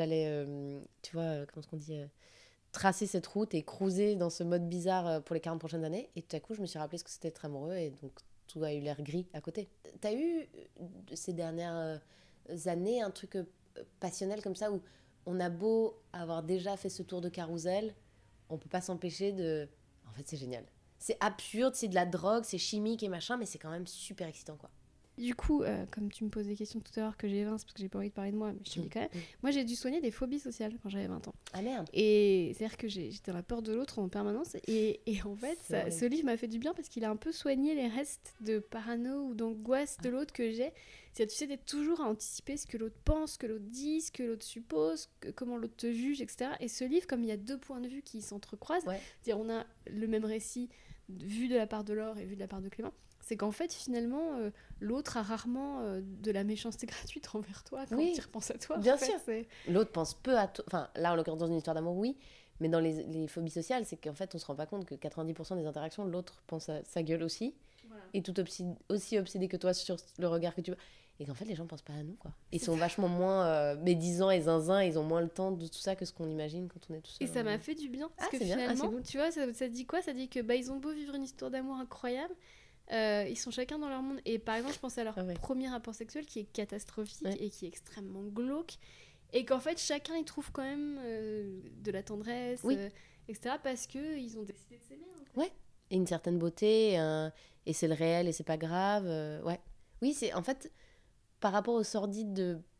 tu vois, comment est-ce qu'on dit, tracer cette route et cruiser dans ce mode bizarre pour les 40 prochaines années. Et tout à coup, je me suis rappelé ce que c'était être amoureux, et donc tout a eu l'air gris à côté. T'as eu, ces dernières années, un truc passionnel comme ça, où on a beau avoir déjà fait ce tour de carrousel, on peut pas s'empêcher de... En fait, c'est génial. C'est absurde, c'est de la drogue, c'est chimique et machin, mais c'est quand même super excitant, quoi. Du coup, comme tu me poses des questions tout à l'heure que j'ai 20, c'est parce que j'ai pas envie de parler de moi, mais je te dis quand même. Moi, j'ai dû soigner des phobies sociales quand j'avais 20 ans. Ah merde. Et c'est-à-dire que j'étais dans la peur de l'autre en permanence. Et en fait, ce livre m'a fait du bien parce qu'il a un peu soigné les restes de parano ou d'angoisse de l'autre que j'ai. C'est-à-dire, tu sais, d'être toujours à anticiper ce que l'autre pense, ce que l'autre dit, ce que l'autre suppose, comment l'autre te juge, etc. Et ce livre, comme il y a deux points de vue qui s'entrecroisent, c'est-à-dire on a le même récit vu de la part de Laure et vu de la part de Clément, c'est qu'en fait, finalement, l'autre a rarement de la méchanceté gratuite envers toi quand il repense à toi. Bien sûr. L'autre pense peu à toi. Enfin, là, en l'occurrence, dans une histoire d'amour, oui. Mais dans les phobies sociales, c'est qu'en fait, on se rend pas compte que 90% des interactions, l'autre pense à sa gueule aussi. Voilà. Et tout aussi obsédé que toi sur le regard que tu vois. Et qu'en fait, les gens pensent pas à nous, quoi. Ils sont vachement moins médisants et zinzins. Ils ont moins le temps de tout ça que ce qu'on imagine quand on est tout seul. Et ça m'a fait du bien. Parce que finalement, tu vois, ça dit quoi? Ça dit que ils ont beau vivre une histoire d'amour incroyable. Ils sont chacun dans leur monde. Et par exemple, je pense à leur premier rapport sexuel qui est catastrophique et qui est extrêmement glauque. Et qu'en fait, chacun y trouve quand même de la tendresse, etc. Parce qu'ils ont décidé de s'aimer. Ouais. Et une certaine beauté. Et c'est le réel et c'est pas grave. Ouais. Oui, c'est en fait, par rapport au sordide de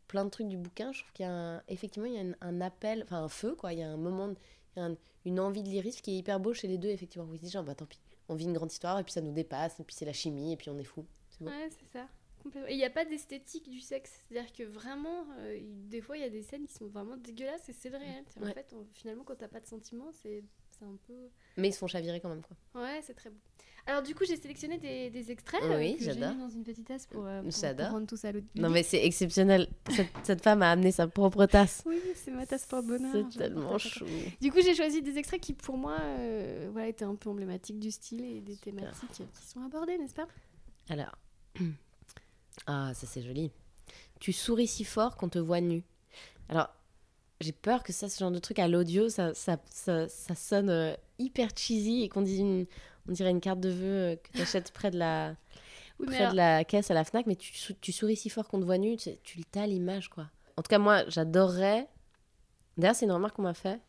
plein de trucs du bouquin, je trouve effectivement, il y a un appel, enfin un feu, quoi. Il y a un moment, il y a une envie de lyrisme qui est hyper beau chez les deux, effectivement. Vous dites genre, bah tant pis, on vit une grande histoire, et puis ça nous dépasse, et puis c'est la chimie, et puis on est fou. C'est beau. Ouais, c'est ça. Complètement. Et il n'y a pas d'esthétique du sexe. C'est-à-dire que vraiment, des fois, il y a des scènes qui sont vraiment dégueulasses et c'est le réel. En fait, finalement, quand t'as pas de sentiments, c'est un peu... Mais ils se font chavirer quand même, quoi. Ouais, c'est très beau. Alors du coup, j'ai sélectionné des extraits Oui, que j'adore. j'ai mis dans une petite tasse pour J'adore. rendre tout ça à l'autre. Non mais c'est exceptionnel. Cette femme a amené sa propre tasse. Oui, c'est ma tasse pour bonheur. C'est tellement chou. Du coup, j'ai choisi des extraits qui, pour moi, étaient un peu emblématiques du style et des thématiques qui sont abordées, n'est-ce pas? Alors, ah, ça c'est joli. Tu souris si fort qu'on te voit nu. Alors, j'ai peur que ça, ce genre de truc à l'audio, ça sonne hyper cheesy et qu'on dise on dirait une carte de vœux que tu achètes près de la de la caisse à la Fnac, mais tu souris si fort qu'on te voit nu, tu t'as l'image, quoi. En tout cas, moi, j'adorerais... D'ailleurs, c'est une remarque qu'on m'a fait.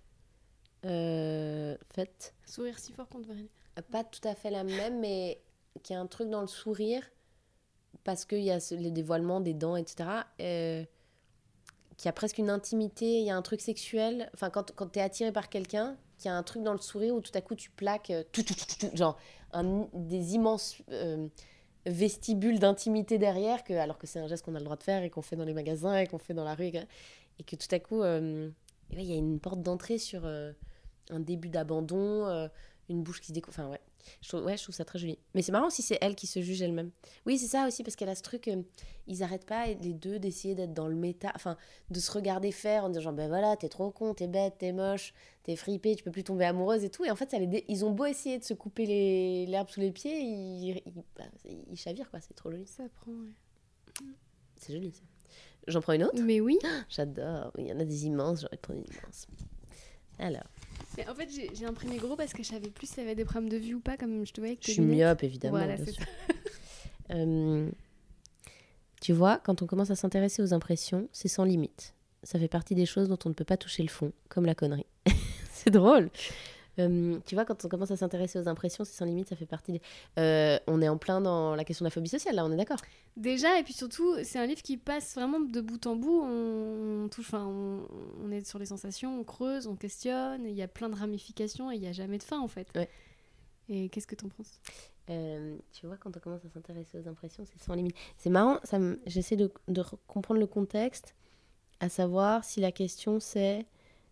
Sourire si fort qu'on te voit nu. Pas tout à fait la même, mais qu'il y a un truc dans le sourire, parce qu'il y a les dévoilements des dents, etc., qu'il y a presque une intimité, il y a un truc sexuel. Enfin, quand t'es attiré par quelqu'un, qu'il y a un truc dans le sourire où tout à coup tu plaques genre des immenses vestibules d'intimité derrière, alors que c'est un geste qu'on a le droit de faire et qu'on fait dans les magasins et qu'on fait dans la rue, et que tout à coup, il y a une porte d'entrée sur un début d'abandon, une bouche qui se découvre. Enfin, ouais. Je trouve ça très joli. Mais c'est marrant si c'est elle qui se juge elle-même. Oui, c'est ça aussi, parce qu'elle a ce truc, ils arrêtent pas, les deux, d'essayer d'être dans le méta, enfin, de se regarder faire en disant genre, ben voilà, t'es trop con, t'es bête, t'es moche, t'es fripée, tu peux plus tomber amoureuse et tout. Et en fait, ils ont beau essayer de se couper l'herbe sous les pieds, ils chavirent, quoi. C'est trop joli. Ça prend, ouais. C'est joli, ça. J'en prends une autre? Mais oui. J'adore. Il y en a des immenses, j'aurais pris une immense. Alors. Mais en fait, j'ai imprimé gros parce que je savais plus s'il y avait des problèmes de vue ou pas, comme je te voyais avec tes lunettes. Je suis myope, évidemment. Voilà, c'est ça. Tu vois, quand on commence à s'intéresser aux impressions, c'est sans limite. Ça fait partie des choses dont on ne peut pas toucher le fond, comme la connerie. C'est drôle. Tu vois, quand on commence à s'intéresser aux impressions, c'est sans limite, ça fait partie on est en plein dans la question de la phobie sociale, là, on est d'accord? Déjà, et puis surtout, c'est un livre qui passe vraiment de bout en bout. On touche, on est sur les sensations, on creuse, on questionne, il y a plein de ramifications et il n'y a jamais de fin, en fait. Ouais. Et qu'est-ce que t'en penses? Tu vois, quand on commence à s'intéresser aux impressions, c'est sans limite. C'est marrant, j'essaie de comprendre le contexte, à savoir si la question c'est...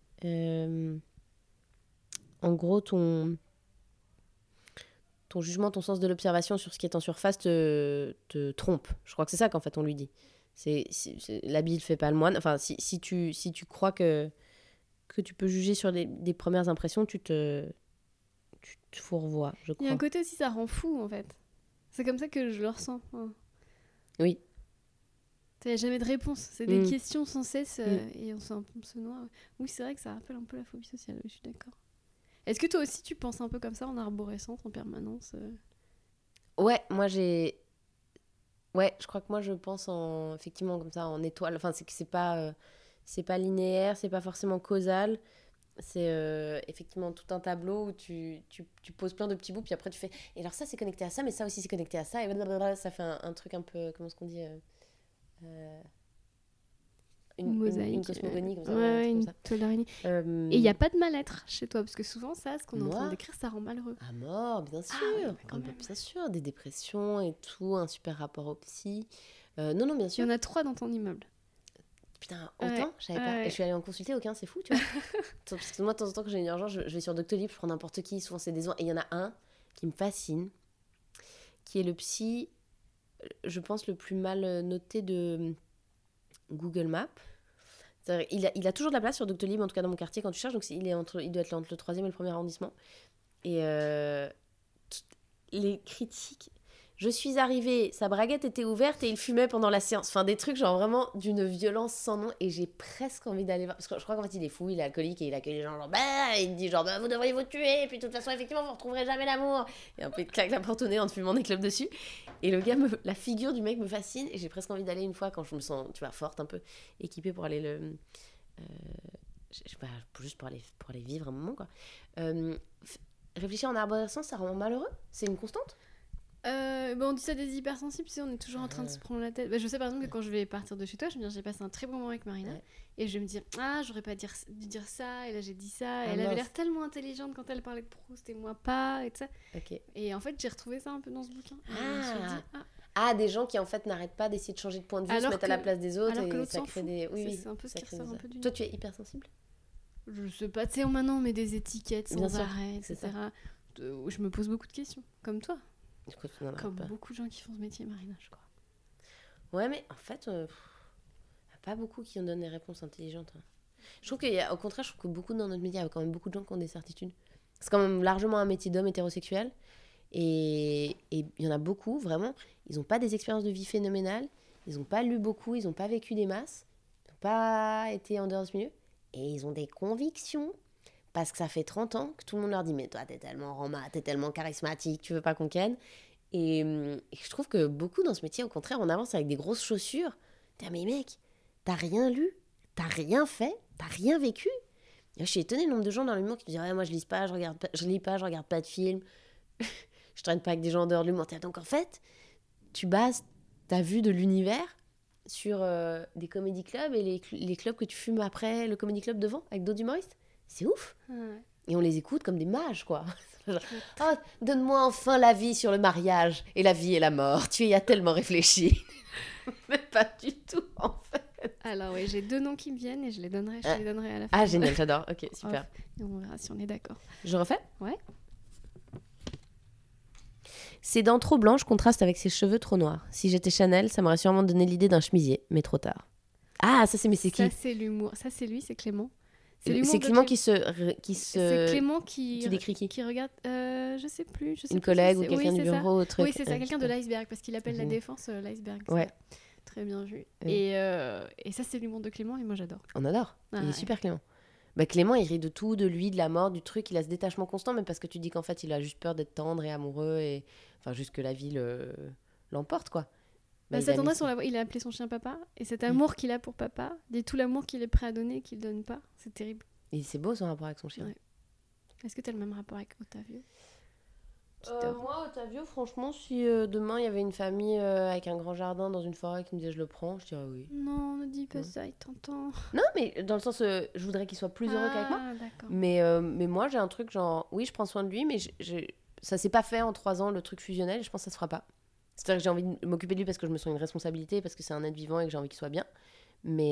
en gros, ton jugement, ton sens de l'observation sur ce qui est en surface te trompe. Je crois que c'est ça qu'en fait on lui dit. L'habit ne fait pas le moine. Enfin, si tu crois que tu peux juger sur des premières impressions, tu te fourvoies, je crois. Il y a un côté aussi, ça rend fou, en fait. C'est comme ça que je le ressens. Hein. Oui. Il n'y a jamais de réponse. C'est des questions sans cesse et on se noie. Oui, c'est vrai que ça rappelle un peu la phobie sociale. Je suis d'accord. Est-ce que toi aussi, tu penses un peu comme ça, en arborescence, en permanence Ouais, moi j'ai... Ouais, je crois que moi je pense effectivement comme ça, en étoile. Enfin, c'est pas linéaire, c'est pas forcément causal. C'est effectivement tout un tableau où tu poses plein de petits bouts, puis après tu fais... Et alors ça, c'est connecté à ça, mais ça aussi, c'est connecté à ça. Et blablabla, ça fait un truc un peu... Comment est-ce qu'on dit une cosmogonie, comme ça. Ouais, une toile d'araignée. Et il n'y a pas de mal-être chez toi, parce que souvent, ça, ce qu'on est en train de décrire, ça rend malheureux. À mort, bien sûr. Bien sûr, des dépressions et tout, un super rapport au psy. Non, bien sûr. Il y en a 3 dans ton immeuble. Putain, autant, je savais pas. Et je suis allée en consulter aucun, c'est fou, tu vois. Parce que moi, de temps en temps, quand j'ai une urgence, je vais sur Doctolib, je prends n'importe qui, souvent c'est des ans. Et il y en a un qui me fascine, qui est le psy, je pense, le plus mal noté de Google Maps. Il a toujours de la place sur Doctolib, en tout cas dans mon quartier, quand tu cherches. Donc il doit être entre le 3e et le 1er arrondissement. Et les critiques... Je suis arrivée, sa braguette était ouverte et il fumait pendant la séance. Enfin, des trucs genre vraiment d'une violence sans nom. Et j'ai presque envie d'aller voir. Parce que je crois qu'en fait, il est fou, il est alcoolique et il accueille les gens genre, il dit genre, vous devriez vous tuer. Et puis de toute façon, effectivement, vous ne retrouverez jamais l'amour. Et un peu, il te claque la porte au nez en te fumant des clopes dessus. Et le gars, la figure du mec me fascine. Et j'ai presque envie d'aller une fois quand je me sens, tu vois, forte, un peu équipée pour aller juste pour aller vivre un moment, quoi. Réfléchir en arborescence, ça rend malheureux? C'est une constante? On dit ça des hypersensibles, tu sais, on est toujours en train de se prendre la tête. Je sais par exemple que quand je vais partir de chez toi, je vais me dire j'ai passé un très bon moment avec Marina, et je vais me dire j'aurais pas dû dire ça, et là j'ai dit ça, et elle avait l'air tellement intelligente quand elle parlait de Proust et moi pas, et tout ça. Et en fait j'ai retrouvé ça un peu dans ce bouquin. Et je me suis dit, des gens qui en fait n'arrêtent pas d'essayer de changer de point de vue, se mettre à la place des autres, et ça crée des... c'est un peu ce qui ressort un peu du... Toi tu es hypersensible? Je sais pas, tu sais, maintenant on met des étiquettes sans arrêt, etc. Je me pose beaucoup de questions, comme toi. Comme beaucoup de gens qui font ce métier, Marina, je crois. Ouais, mais en fait, il n'y a pas beaucoup qui nous donnent des réponses intelligentes. Je trouve qu'au contraire, je trouve que beaucoup dans notre métier, il y a quand même beaucoup de gens qui ont des certitudes. C'est quand même largement un métier d'homme hétérosexuel. Et il y en a beaucoup, vraiment, ils n'ont pas des expériences de vie phénoménales, ils n'ont pas lu beaucoup, ils n'ont pas vécu des masses, ils n'ont pas été en dehors de ce milieu. Et ils ont des convictions, parce que ça fait 30 ans que tout le monde leur dit « Mais toi, t'es tellement rama, t'es tellement charismatique, tu veux pas qu'on ken ?» Et je trouve que beaucoup dans ce métier, au contraire, on avance avec des grosses chaussures. Mais mec, t'as rien lu, t'as rien fait, t'as rien vécu. Et je suis étonnée du nombre de gens dans l'humour qui me disent « Ouais, moi je lis pas, je regarde pas de films, je traîne pas avec des gens en dehors de l'humour. » Donc en fait, tu bases ta vue de l'univers sur des comédie clubs et les clubs que tu fumes après le comédie club devant, avec d'autres humoristes. C'est ouf. Et on les écoute comme des mages, quoi. Oh, donne-moi enfin la vie sur le mariage et la vie et la mort. Tu y as tellement réfléchi. Mais pas du tout, en fait. Alors oui, j'ai 2 noms qui me viennent et je les donnerai à la fin. Génial, j'adore. Ok, super. Et on verra si on est d'accord. Je refais ? Ouais. Ses dents trop blanches contrastent avec ses cheveux trop noirs. Si j'étais Chanel, ça m'aurait sûrement donné l'idée d'un chemisier, mais trop tard. Ça c'est qui ? Ça c'est l'humour. Ça c'est lui, c'est Clément. C'est Clément qui se... C'est Clément qui décrit qui regarde... je sais plus. Une collègue ou quelqu'un du bureau. Oui, c'est ça, quelqu'un de l'iceberg, parce qu'il appelle la défense l'iceberg. Ouais. Très bien vu. Et ça, c'est l'humour de Clément, et moi j'adore. On adore. Il est super Clément. Clément, il rit de tout, de lui, de la mort, du truc. Il a ce détachement constant, mais parce que tu dis qu'en fait, il a juste peur d'être tendre et amoureux, et enfin, juste que la vie l'emporte, quoi. Cette tendresse, il a appelé son chien papa, et cet amour qu'il a pour papa, et tout l'amour qu'il est prêt à donner et qu'il donne pas, c'est terrible. Et c'est beau son rapport avec son chien. Ouais. Est-ce que tu as le même rapport avec Ottavio ? Moi, Ottavio, franchement, si demain il y avait une famille avec un grand jardin dans une forêt qui me disait je le prends, je dirais oui. Non, ne dis pas ça, il t'entend. Non, mais dans le sens, je voudrais qu'il soit plus heureux qu'avec moi. D'accord. Mais moi, j'ai un truc genre, oui, je prends soin de lui, mais ça s'est pas fait en 3 ans, le truc fusionnel, et je pense que ça se fera pas. C'est-à-dire que j'ai envie de m'occuper de lui parce que je me sens une responsabilité, parce que c'est un être vivant et que j'ai envie qu'il soit bien. Mais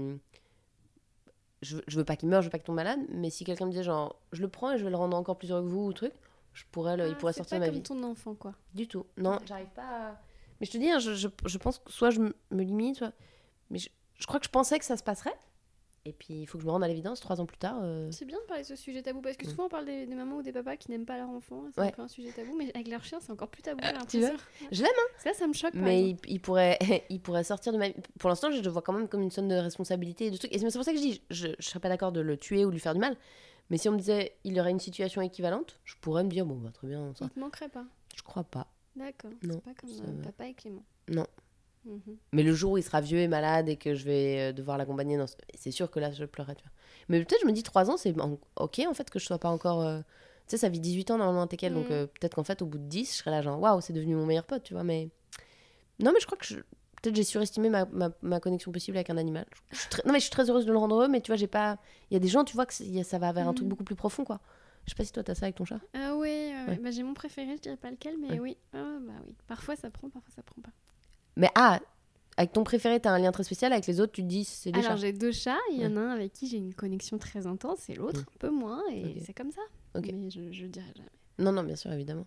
je veux pas qu'il meure, je veux pas qu'il tombe malade, mais si quelqu'un me disait genre, je le prends et je vais le rendre encore plus heureux que vous ou truc, il pourrait sortir de ma vie. C'est pas comme ton enfant, quoi. Du tout. Non, j'arrive pas à... Mais je te dis, je pense que soit je me limite, soit... Mais je crois que je pensais que ça se passerait. Et puis, il faut que je me rende à l'évidence 3 ans plus tard. C'est bien de parler de ce sujet tabou, parce que souvent on parle des mamans ou des papas qui n'aiment pas leur enfant. C'est un peu un sujet tabou, mais avec leur chien, c'est encore plus tabou. Tu vois, je l'aime, hein. Ça me choque. Mais il pourrait sortir de ma vie. Pour l'instant, je le vois quand même comme une somme de responsabilité et de trucs. Et c'est pour ça que je dis, je serais pas d'accord de le tuer ou de lui faire du mal. Mais si on me disait, il y aurait une situation équivalente, je pourrais me dire, bon, très bien. Ça. Il te manquerait pas. Je crois pas. D'accord. C'est pas comme papa et Clément. Non. Mais le jour où il sera vieux et malade et que je vais devoir l'accompagner, c'est sûr que là je pleurerai, tu vois. Mais peut-être je me dis 3 ans c'est ok en fait que je sois pas encore tu sais ça vit 18 ans normalement un TKL donc peut-être qu'en fait au bout de 10 je serai là genre waouh c'est devenu mon meilleur pote, tu vois. Mais non, mais je crois que peut-être j'ai surestimé ma connexion possible avec un animal. Non mais je suis très heureuse de le rendre heureux, mais tu vois j'ai pas, il y a des gens tu vois que ça va vers un truc beaucoup plus profond, quoi. Je sais pas si toi t'as ça avec ton chat. Ah oui, ouais. J'ai mon préféré, je dirais pas lequel, mais oui. Oui, parfois ça prend pas. Mais avec ton préféré, t'as un lien très spécial. Avec les autres, tu te dis c'est des chats. Alors j'ai 2 chats. Il y en a un avec qui j'ai une connexion très intense et l'autre un peu moins. Et c'est comme ça. Mais je dirais jamais. Non, bien sûr, évidemment.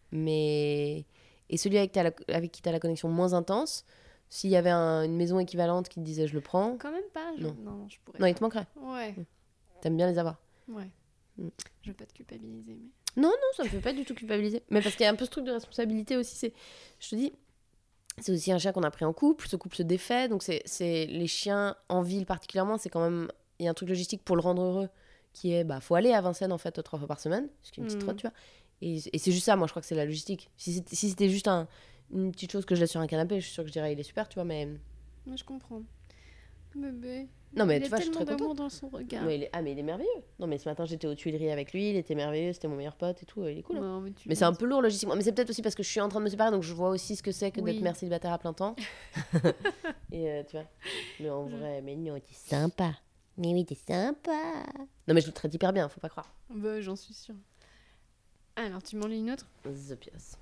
Mais... Et celui avec qui t'as la connexion moins intense, s'il y avait une maison équivalente qui te disait je le prends... Quand même pas. Non, je pourrais pas. Non, il te manquerait. Ouais. T'aimes bien les avoir. Ouais. Je veux pas te culpabiliser. Mais... Non, ça me fait pas du tout culpabiliser. Mais parce qu'il y a un peu ce truc de responsabilité aussi. Je te dis... C'est aussi un chien qu'on a pris en couple, ce couple se défait, donc c'est les chiens en ville particulièrement, c'est quand même, il y a un truc logistique pour le rendre heureux, qui est, faut aller à Vincennes en fait 3 fois par semaine, ce qui est une petite trotte, tu vois, et c'est juste ça, moi je crois que c'est la logistique. Si c'était juste une petite chose que je laisse sur un canapé, je suis sûre que je dirais il est super, tu vois, mais... Moi je comprends. Bébé, Non, mais Il tu a vois, je suis tellement très d'amour contente. dans son regard. Mais il est merveilleux. Non, mais ce matin, j'étais aux Tuileries avec lui, il était merveilleux, c'était mon meilleur pote et tout, il est cool. Hein. Non, Mais c'est un peu lourd logistiquement. Mais c'est peut-être aussi parce que je suis en train de me séparer, donc je vois aussi ce que c'est que d'être Oui. mère célibataire à plein temps. Et tu vois. Mais en vrai, mais non, t'es sympa. Mais oui, t'es sympa. Non, mais je le traite hyper bien, faut pas croire. Bah, j'en suis sûre. Alors, tu m'en lis une autre? The pièce.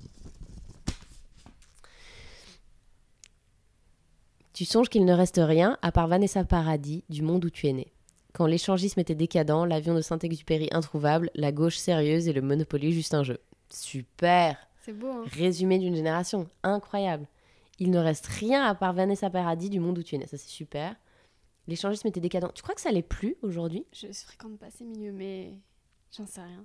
Tu songes qu'il ne reste rien, à part Vanessa Paradis, du monde où tu es né. Quand l'échangisme était décadent, l'avion de Saint-Exupéry introuvable, la gauche sérieuse et le Monopoly juste un jeu. Super. C'est beau, hein? Résumé d'une génération. Incroyable. Il ne reste rien à part Vanessa Paradis, du monde où tu es né. Ça, c'est super. L'échangisme était décadent. Tu crois que ça l'est plus aujourd'hui ? Je fréquente pas ces milieux, mais j'en sais rien.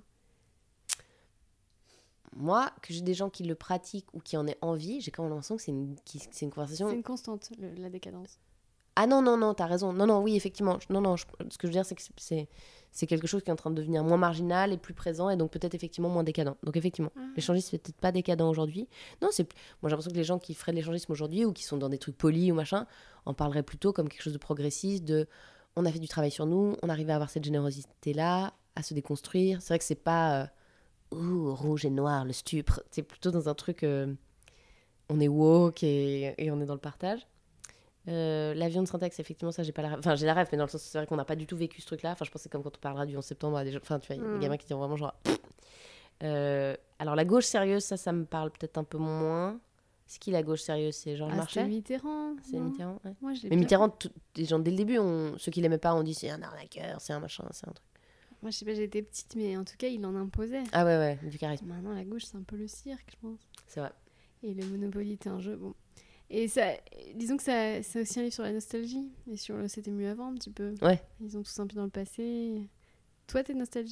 Moi, que j'ai des gens qui le pratiquent ou qui en aient envie, j'ai quand même l'impression que c'est une conversation... C'est une constante, la décadence. Ah non, t'as raison. Non, oui, effectivement. Ce que je veux dire, c'est que c'est quelque chose qui est en train de devenir moins marginal et plus présent et donc peut-être effectivement moins décadent. Donc effectivement, l'échangisme c'est peut-être pas décadent aujourd'hui. Non, moi j'ai l'impression que les gens qui feraient de l'échangisme aujourd'hui ou qui sont dans des trucs polis ou machin, en parleraient plutôt comme quelque chose de progressiste, on a fait du travail sur nous, on arrive à avoir cette générosité-là, à se déconstruire. C'est vrai que c'est pas rouge et noir, le stupre. C'est plutôt dans un truc, on est woke et on est dans le partage. L'avion de Syntax, effectivement, ça j'ai pas la rêve. Enfin, j'ai la rêve, mais dans le sens, c'est vrai qu'on n'a pas du tout vécu ce truc-là. Enfin, je pense que c'est comme quand on parlera du 11 septembre à des gens. Enfin, tu vois, il y a des gamins qui diront vraiment genre. Alors, la gauche sérieuse, ça me parle peut-être un peu moins. C'est qui la gauche sérieuse ? C'est Georges Marchais ? C'est Mitterrand. C'est Mitterrand, ouais. Moi, je l'ai Mais bien... Mitterrand, les gens dès le début, ceux qui l'aimaient pas, ont dit c'est un arnaqueur, c'est un machin, c'est un truc. Moi, je sais pas, j'étais petite, mais en tout cas, il en imposait. Ah ouais, du charisme. Maintenant, la gauche, c'est un peu le cirque, je pense. C'est vrai. Et le Monopoly était un jeu, bon. Et ça, disons que c'est aussi un livre sur la nostalgie et sur le c'était mieux avant un petit peu. Ouais. Ils ont tous un pied dans le passé. Toi, t'es nostalgique ?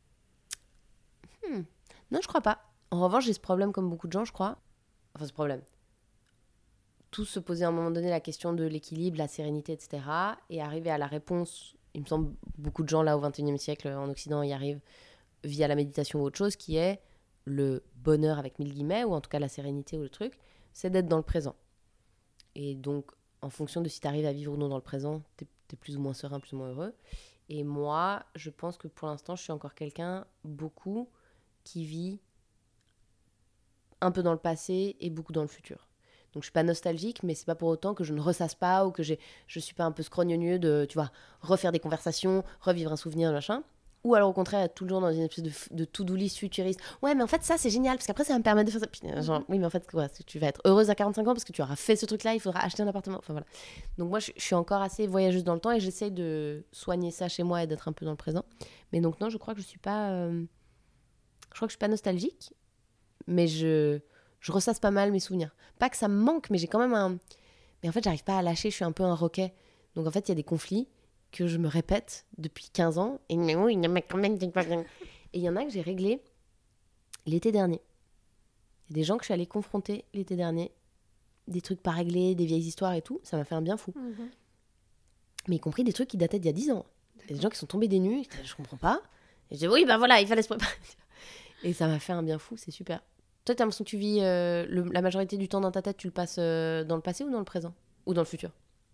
Non, je crois pas. En revanche, j'ai ce problème comme beaucoup de gens, je crois. Enfin, ce problème. Tous se poser à un moment donné la question de l'équilibre, la sérénité, etc. Et arriver à la réponse, il me semble beaucoup de gens là au XXIe siècle en Occident y arrivent via la méditation ou autre chose, qui est le bonheur avec 1000 guillemets, ou en tout cas la sérénité ou le truc, c'est d'être dans le présent. Et donc, en fonction de si tu arrives à vivre ou non dans le présent, t'es plus ou moins serein, plus ou moins heureux. Et moi, je pense que pour l'instant, je suis encore quelqu'un, beaucoup, qui vit un peu dans le passé et beaucoup dans le futur. Donc, je suis pas nostalgique, mais c'est pas pour autant que je ne ressasse pas ou que je suis pas un peu scrogneux de, tu vois, refaire des conversations, revivre un souvenir, machin. Ou alors au contraire, être toujours dans une espèce de to-do list futuriste. Ouais, mais en fait, ça, c'est génial, parce qu'après, ça va me permettre de faire ça. Puis, genre, oui, mais en fait, quoi, tu vas être heureuse à 45 ans parce que tu auras fait ce truc-là, il faudra acheter un appartement. Enfin, voilà. Donc, moi, je suis encore assez voyageuse dans le temps et j'essaye de soigner ça chez moi et d'être un peu dans le présent. Mais donc, non, je crois que je suis pas... Je crois que je suis pas nostalgique, mais je ressasse pas mal mes souvenirs. Pas que ça me manque, mais j'ai quand même un... Mais en fait, j'arrive pas à lâcher, je suis un peu un roquet. Donc, en fait, il y a des conflits que je me répète depuis 15 ans. Et il y en a que j'ai réglé l'été dernier. Il y a des gens que je suis allée confronter l'été dernier. Des trucs pas réglés, des vieilles histoires et tout. Ça m'a fait un bien fou. Mais y compris des trucs qui dataient d'il y a 10 ans. Il y a des gens qui sont tombés des nues. Je comprends pas. Et je dis oui, bah voilà, il fallait se préparer. Et ça m'a fait un bien fou, c'est super. Toi, t'as l'impression que tu vis la majorité du temps dans ta tête, tu le passes dans le passé ou dans le présent ? Ou dans le futur ?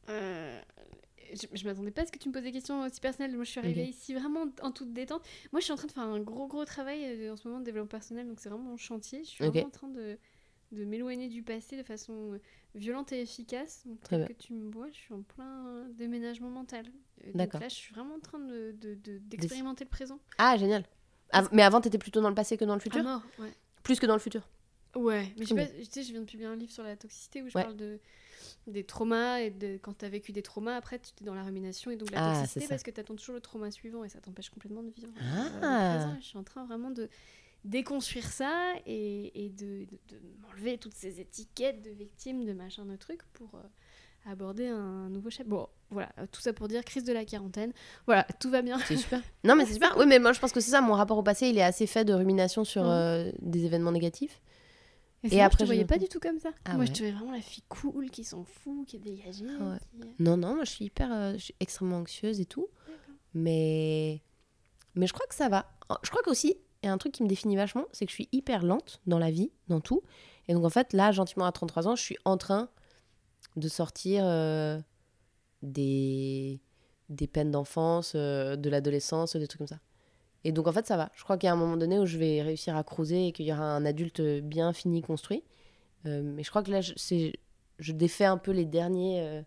Je m'attendais pas à ce que tu me poses des questions aussi personnelles. Moi, je suis arrivée ici vraiment en toute détente. Moi, je suis en train de faire un gros travail en ce moment de développement personnel, donc c'est vraiment mon chantier. Je suis vraiment en train de m'éloigner du passé de façon violente et efficace. Donc, tel que tu me vois, je suis en plein déménagement mental. Donc là, je suis vraiment en train d'expérimenter le présent. Ah, génial. Mais avant, t'étais plutôt dans le passé que dans le futur ? À mort, ouais. Plus que dans le futur ? Ouais, mais je sais pas, tu sais, je viens de publier un livre sur la toxicité où je parle des traumas et quand t'as vécu des traumas, après tu es dans la rumination et donc la toxicité parce que t'attends toujours le trauma suivant et ça t'empêche complètement de vivre le présent. Je suis en train vraiment de déconstruire ça et de m'enlever toutes ces étiquettes de victimes, de machin, de trucs pour aborder un nouveau chapitre. Bon, voilà, tout ça pour dire crise de la quarantaine. Voilà, tout va bien. C'est super. Non, mais c'est super. Oui, mais moi je pense que c'est ça. Mon rapport au passé, il est assez fait de rumination sur des événements négatifs. Et après, je te voyais pas du tout comme ça. Moi, je te voyais vraiment la fille cool, qui s'en fout, qui est dégagée. Non, moi je suis je suis extrêmement anxieuse et tout. Mais je crois que ça va. Je crois qu'aussi, il y a un truc qui me définit vachement, c'est que je suis hyper lente dans la vie, dans tout. Et donc en fait, là, gentiment à 33 ans, je suis en train de sortir des peines d'enfance, de l'adolescence, des trucs comme ça. Et donc, en fait, ça va. Je crois qu'il y a un moment donné où je vais réussir à cruiser et qu'il y aura un adulte bien fini, construit. Mais je crois que là, je défais un peu les dernières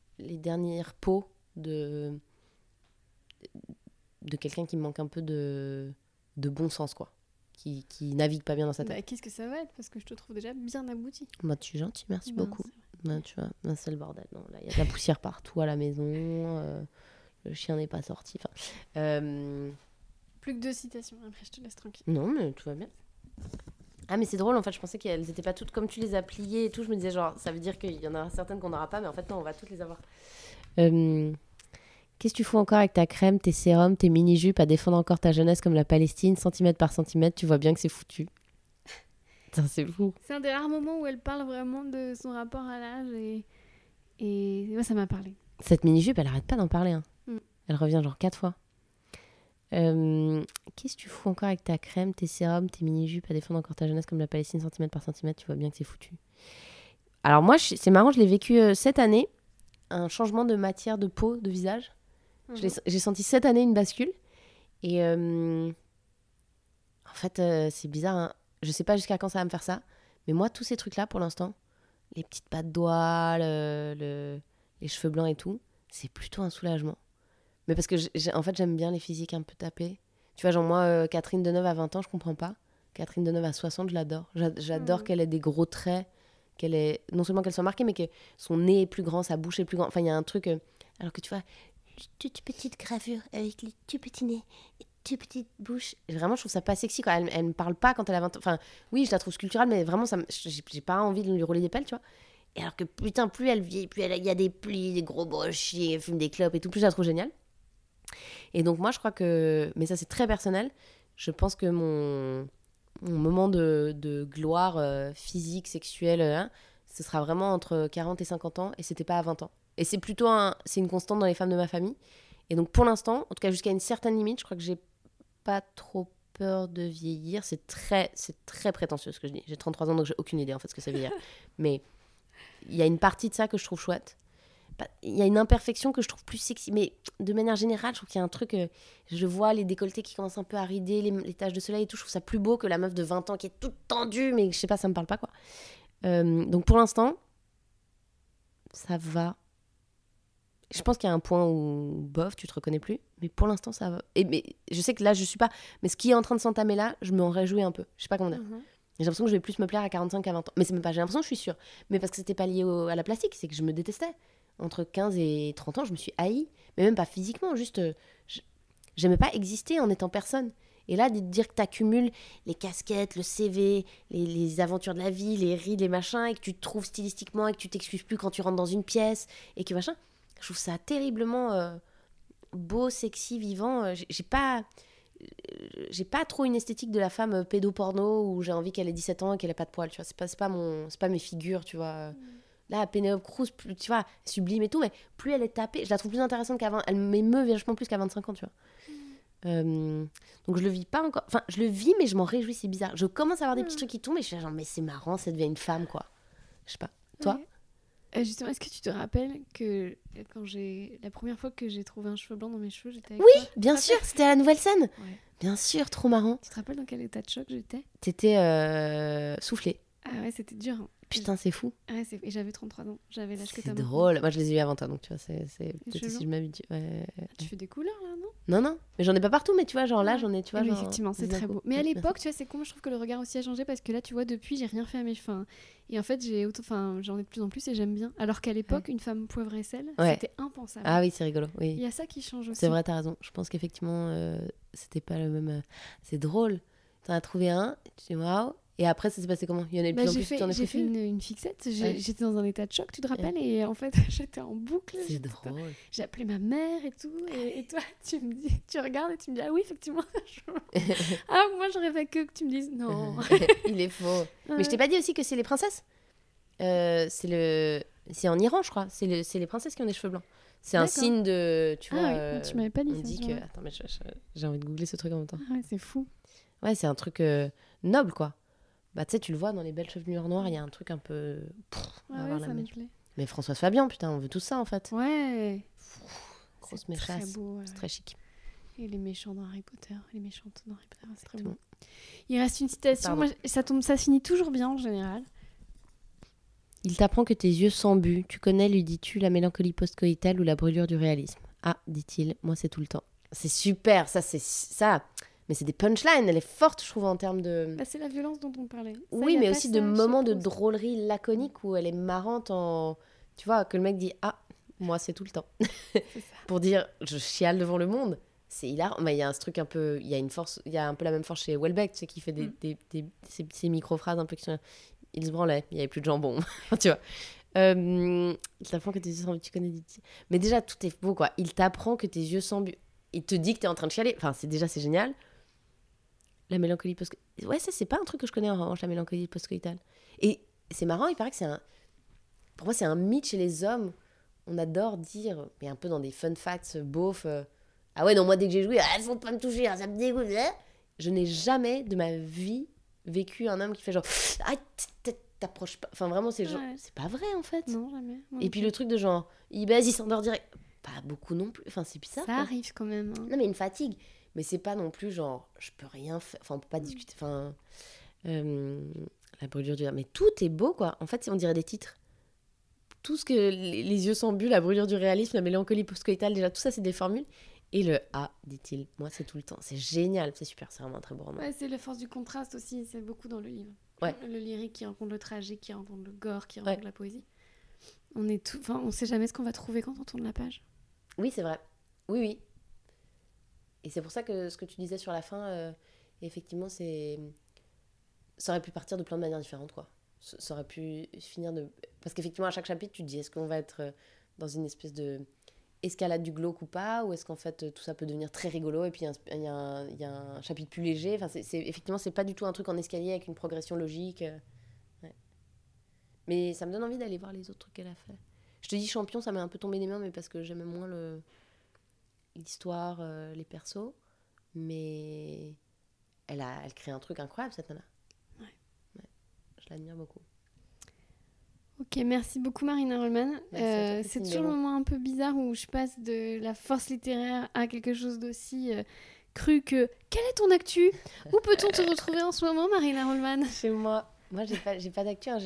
peaux de quelqu'un qui manque un peu de bon sens, quoi. Qui navigue pas bien dans sa tête. Bah, qu'est-ce que ça va être? Parce que je te trouve déjà bien abouti. Moi, tu es gentil, merci Ben, beaucoup. Là, tu vois, là, c'est le bordel. Non, là, il y a de la poussière partout à la maison. Le chien n'est pas sorti. Plus que 2 citations, après je te laisse tranquille. Non, mais tout va bien. Ah, mais c'est drôle, en fait, je pensais qu'elles étaient pas toutes comme tu les as pliées et tout. Je me disais, genre, ça veut dire qu'il y en a certaines qu'on n'aura pas, mais en fait, non, on va toutes les avoir. Qu'est-ce que tu fous encore avec ta crème, tes sérums, tes mini-jupes à défendre encore ta jeunesse comme la Palestine, centimètre par centimètre? Tu vois bien que c'est foutu. Putain, c'est fou. C'est un des rares moments où elle parle vraiment de son rapport à l'âge et moi, ça m'a parlé. Cette mini-jupe, elle arrête pas d'en parler. Hein. Elle revient genre 4 fois. Qu'est-ce que tu fous encore avec ta crème, tes sérums, tes mini-jupes à défendre encore ta jeunesse comme la Palestine, centimètre par centimètre? Tu vois bien que c'est foutu. Alors moi, c'est marrant, je l'ai vécu cette année, un changement de matière de peau, de visage. J'ai senti cette année une bascule. Et en fait, c'est bizarre. Hein. Je sais pas jusqu'à quand ça va me faire ça. Mais moi, tous ces trucs-là, pour l'instant, les petites pattes doigts, les cheveux blancs et tout, c'est plutôt un soulagement. Mais parce que en fait, j'aime bien les physiques un peu tapés. Tu vois, genre moi, Catherine Deneuve à 20 ans, je comprends pas. Catherine Deneuve à 60, je l'adore. J'adore qu'elle ait des gros traits, non seulement qu'elle soit marquée, mais que son nez est plus grand, sa bouche est plus grande. Enfin, il y a un truc... alors que tu vois, toute petite gravure avec les tout petits nez et toute petite bouche. Et vraiment, je trouve ça pas sexy, quoi. Elle me parle pas quand elle a 20 ans. Enfin, oui, je la trouve sculpturale, mais vraiment, j'ai pas envie de lui rouler des pelles, tu vois. Et alors que, putain, plus elle vieillit, plus il y a des plis, des gros brochis, elle fume des clopes et tout, plus je la trouve géniale. Et donc moi je crois que, mais ça c'est très personnel, je pense que mon moment de gloire physique, sexuelle, ce sera vraiment entre 40 et 50 ans et c'était pas à 20 ans. Et c'est plutôt c'est une constante dans les femmes de ma famille. Et donc pour l'instant, en tout cas jusqu'à une certaine limite, je crois que j'ai pas trop peur de vieillir. C'est très prétentieux ce que je dis. J'ai 33 ans donc j'ai aucune idée en fait ce que c'est vieillir. Mais il y a une partie de ça que je trouve chouette. Il y a une imperfection que je trouve plus sexy, mais de manière générale, je trouve qu'il y a un truc, je vois les décolletés qui commencent un peu à rider, les taches de soleil et tout, je trouve ça plus beau que la meuf de 20 ans qui est toute tendue, mais je sais pas, ça me parle pas, quoi. Donc pour l'instant, ça va. Je pense qu'il y a un point où, bof, tu te reconnais plus, mais pour l'instant, ça va. Mais je sais que là, je suis pas... Mais ce qui est en train de s'entamer là, je m'en réjouis un peu. Je sais pas comment dire. J'ai l'impression que je vais plus me plaire à 45 qu'à 20 ans. Mais c'est même pas, j'ai l'impression que je suis sûre. Mais parce que c'était pas lié à la plastique, c'est que je me détestais. Entre 15 et 30 ans, je me suis haïe. Mais même pas physiquement, juste... j'aimais pas exister en étant personne. Et là, de dire que t'accumules les casquettes, le CV, les aventures de la vie, les rides, les machins, et que tu te trouves stylistiquement, et que tu t'excuses plus quand tu rentres dans une pièce, et que machin... Je trouve ça terriblement beau, sexy, vivant. J'ai pas trop une esthétique de la femme pédoporno où j'ai envie qu'elle ait 17 ans et qu'elle ait pas de poils, tu vois. C'est pas mes figures, tu vois. Là, Penelope Cruz, plus, tu vois, sublime et tout, mais plus elle est tapée, je la trouve plus intéressante qu'avant. Elle m'émeut vachement plus qu'à 25 ans, tu vois. Donc je le vis pas encore. Enfin, je le vis, mais je m'en réjouis, c'est bizarre. Je commence à avoir des petits trucs qui tombent et je suis là, genre, mais c'est marrant, ça devient une femme, quoi. Je sais pas. Toi ? Justement, est-ce que tu te rappelles que la première fois que j'ai trouvé un cheveu blanc dans mes cheveux, j'étais avec Oui, toi bien sûr, c'était à la nouvelle scène. Ouais. Bien sûr, trop marrant. Tu te rappelles dans quel état de choc j'étais? T'étais soufflée. Ah ouais, c'était dur. Hein. Putain, c'est fou. Ouais, et j'avais 33 ans. J'avais l'âge que t'as C'est maintenant. drôle. Moi, je les ai eu avant toi, donc tu vois, c'est peut-être cheveux si je m'habitue. Ouais. Tu fais des couleurs là, non? Non, mais j'en ai pas partout, mais tu vois, genre là, j'en ai, tu vois. Mais genre, effectivement, c'est très beau. Mais à l'époque, tu vois, c'est con, je trouve que le regard aussi a changé parce que là, tu vois, depuis, j'ai rien fait à mes cheveux. Et en fait, j'en ai de plus en plus et j'aime bien. Alors qu'à l'époque, une femme poivre et sel, c'était impensable. Ah oui, c'est rigolo. Oui. Il y a ça qui change aussi. C'est vrai, t'as raison. Je pense qu'effectivement, c'était pas le même. C'est drôle. T'en as trouvé un, tu dis waouh. Et après, ça s'est passé comment? Il y en a de plus en plus, tu en as J'ai fait une fixette. J'étais dans un état de choc, tu te rappelles? Et en fait, j'étais en boucle. C'est drôle. J'ai appelé ma mère et tout. Et toi, tu me dis, tu regardes et tu me dis, ah oui, effectivement. Ah, moi, j'aurais fait que tu me dises, non. Il est faux. Mais je t'ai pas dit aussi que c'est les princesses. C'est en Iran, je crois. C'est les princesses qui ont des cheveux blancs. C'est un signe de, tu vois. Oui, tu m'avais pas dit on ça. dit que... Attends, mais j'ai envie de googler ce truc en même temps. Ah ouais, c'est fou. Ouais, c'est un truc noble, quoi. Bah, tu sais, tu le vois dans les belles chevelures noires, il y a un truc un peu... Ah ouais, ça me plaît. Mais Françoise Fabian, putain, on veut tout ça en fait. Ouais. Grosse C'est très méchasse. beau. Ouais. C'est très chic. Et les méchants dans Harry Potter. Les méchantes dans Harry Potter, c'est très Exactement. beau. Il reste une citation. Pardon. Moi, ça finit toujours bien en général. Il t'apprend que tes yeux sans but, tu connais, lui dis-tu, la mélancolie post-coïtale ou la brûlure du réalisme. Ah, dit-il, moi c'est tout le temps. C'est super, ça c'est ça. Mais c'est des punchlines, elle est forte, je trouve, en termes de... Bah, c'est la violence dont on parlait. Ça, Oui, y a mais pas aussi ça de chez moments de Proust. drôlerie laconique où elle est marrante en... Tu vois, que le mec dit « Ah, moi c'est tout le temps. » C'est ça. Pour dire « Je chiale devant le monde ». C'est hilarant. Mais il y a un truc un peu... Il y a une force... Il y a un peu la même force chez Welbeck, tu sais, qui fait ces micro-phrases un peu qui sont... Il se branlait, il n'y avait plus de jambon. Tu vois. Il t'apprend que tes yeux sans but, tu connais des... Mais déjà, tout est beau, quoi. Il t'apprend que tes yeux sans but... Il te dit que t'es en train de chialer. Enfin, c'est génial. La mélancolie post-coïtale. Ouais, ça, c'est pas un truc que je connais en revanche, la mélancolie post-coïtale. Et c'est marrant, il paraît que c'est un... Pour moi, c'est un mythe chez les hommes. On adore dire, mais un peu dans des fun facts beaufs, ah ouais, non, moi, dès que j'ai joué, faut pas me toucher, hein, ça me dégoûte. Je n'ai jamais de ma vie vécu un homme qui fait genre, ah, t'approches pas. Enfin, vraiment, c'est genre, Ouais. c'est pas vrai, en fait. Non, jamais. Moi Et non puis plus. le truc de genre, il baise, il s'endort direct. Pas beaucoup non plus. Enfin, c'est bizarre. Ça quoi. arrive quand même. Hein. Non, mais une fatigue. Mais c'est pas non plus genre, je peux rien faire. Enfin, on peut pas discuter. Enfin, la brûlure du... Mais tout est beau, quoi. En fait, on dirait des titres. Tout ce que les yeux sans but, la brûlure du réalisme, la mélancolie post-coïtale, déjà, tout ça, c'est des formules. Et le « Ah », dit-il, moi, c'est tout le temps. C'est génial, c'est super, c'est vraiment un très beau roman. Ouais, c'est la force du contraste aussi, c'est beaucoup dans le livre. Ouais. Le lyrique qui rencontre le tragique, qui rencontre le gore, qui Ouais. rencontre la poésie. On sait jamais ce qu'on va trouver quand on tourne la page. Oui, c'est vrai. Oui, oui. Et c'est pour ça que ce que tu disais sur la fin, effectivement, c'est... Ça aurait pu partir de plein de manières différentes, quoi. Ça aurait pu finir de... Parce qu'effectivement, à chaque chapitre, tu te dis, est-ce qu'on va être dans une espèce de escalade du glauque ou pas, ou est-ce qu'en fait, tout ça peut devenir très rigolo, et puis il y a un chapitre plus léger. Enfin, effectivement, c'est pas du tout un truc en escalier avec une progression logique. Ouais. Mais ça me donne envie d'aller voir les autres trucs qu'elle a fait. Je te dis champion, ça m'est un peu tombé des mains, mais parce que j'aimais moins l'histoire, les persos. Mais elle crée un truc incroyable, cette nana. Ouais. Je l'admire beaucoup. Ok, merci beaucoup Marina Rollman. Merci à toi, C'est Christine toujours le Béraud. moment un peu bizarre où je passe de la force littéraire à quelque chose d'aussi cru que... Quelle est ton actu? Où peut-on te retrouver en ce moment, Marina Rollman? Chez moi, j'ai pas d'actu. Hein.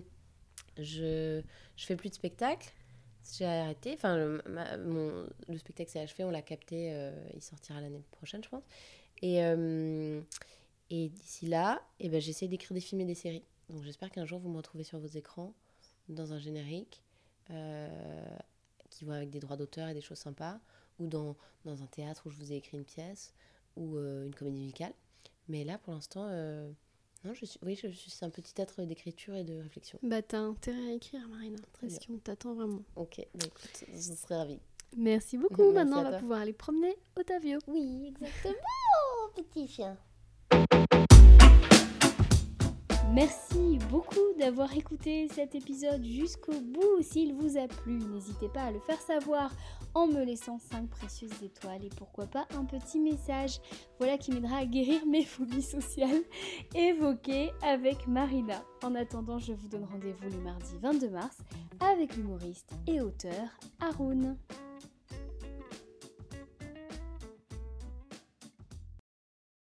Je fais plus de spectacle. J'ai arrêté. Enfin, le spectacle s'est achevé, on l'a capté. Il sortira l'année prochaine, je pense. Et d'ici là, j'essaie d'écrire des films et des séries. Donc j'espère qu'un jour vous me retrouvez sur vos écrans dans un générique qui va avec des droits d'auteur et des choses sympas, ou dans un théâtre où je vous ai écrit une pièce, ou une comédie musicale. Mais là, pour l'instant, non, je suis un petit être d'écriture et de réflexion. Bah t'as intérêt à écrire, Marina. Très Parce qu'on t'attend vraiment. Ok, bah écoute, je serais ravie. Merci beaucoup. Merci Maintenant, à on va toi. pouvoir aller promener Otavio. Oui, exactement, petit chien. Merci beaucoup d'avoir écouté cet épisode jusqu'au bout. S'il vous a plu, n'hésitez pas à le faire savoir en me laissant 5 précieuses étoiles et pourquoi pas un petit message. Voilà qui m'aidera à guérir mes phobies sociales évoquées avec Marina. En attendant, je vous donne rendez-vous le mardi 22 mars avec l'humoriste et auteur Haroun.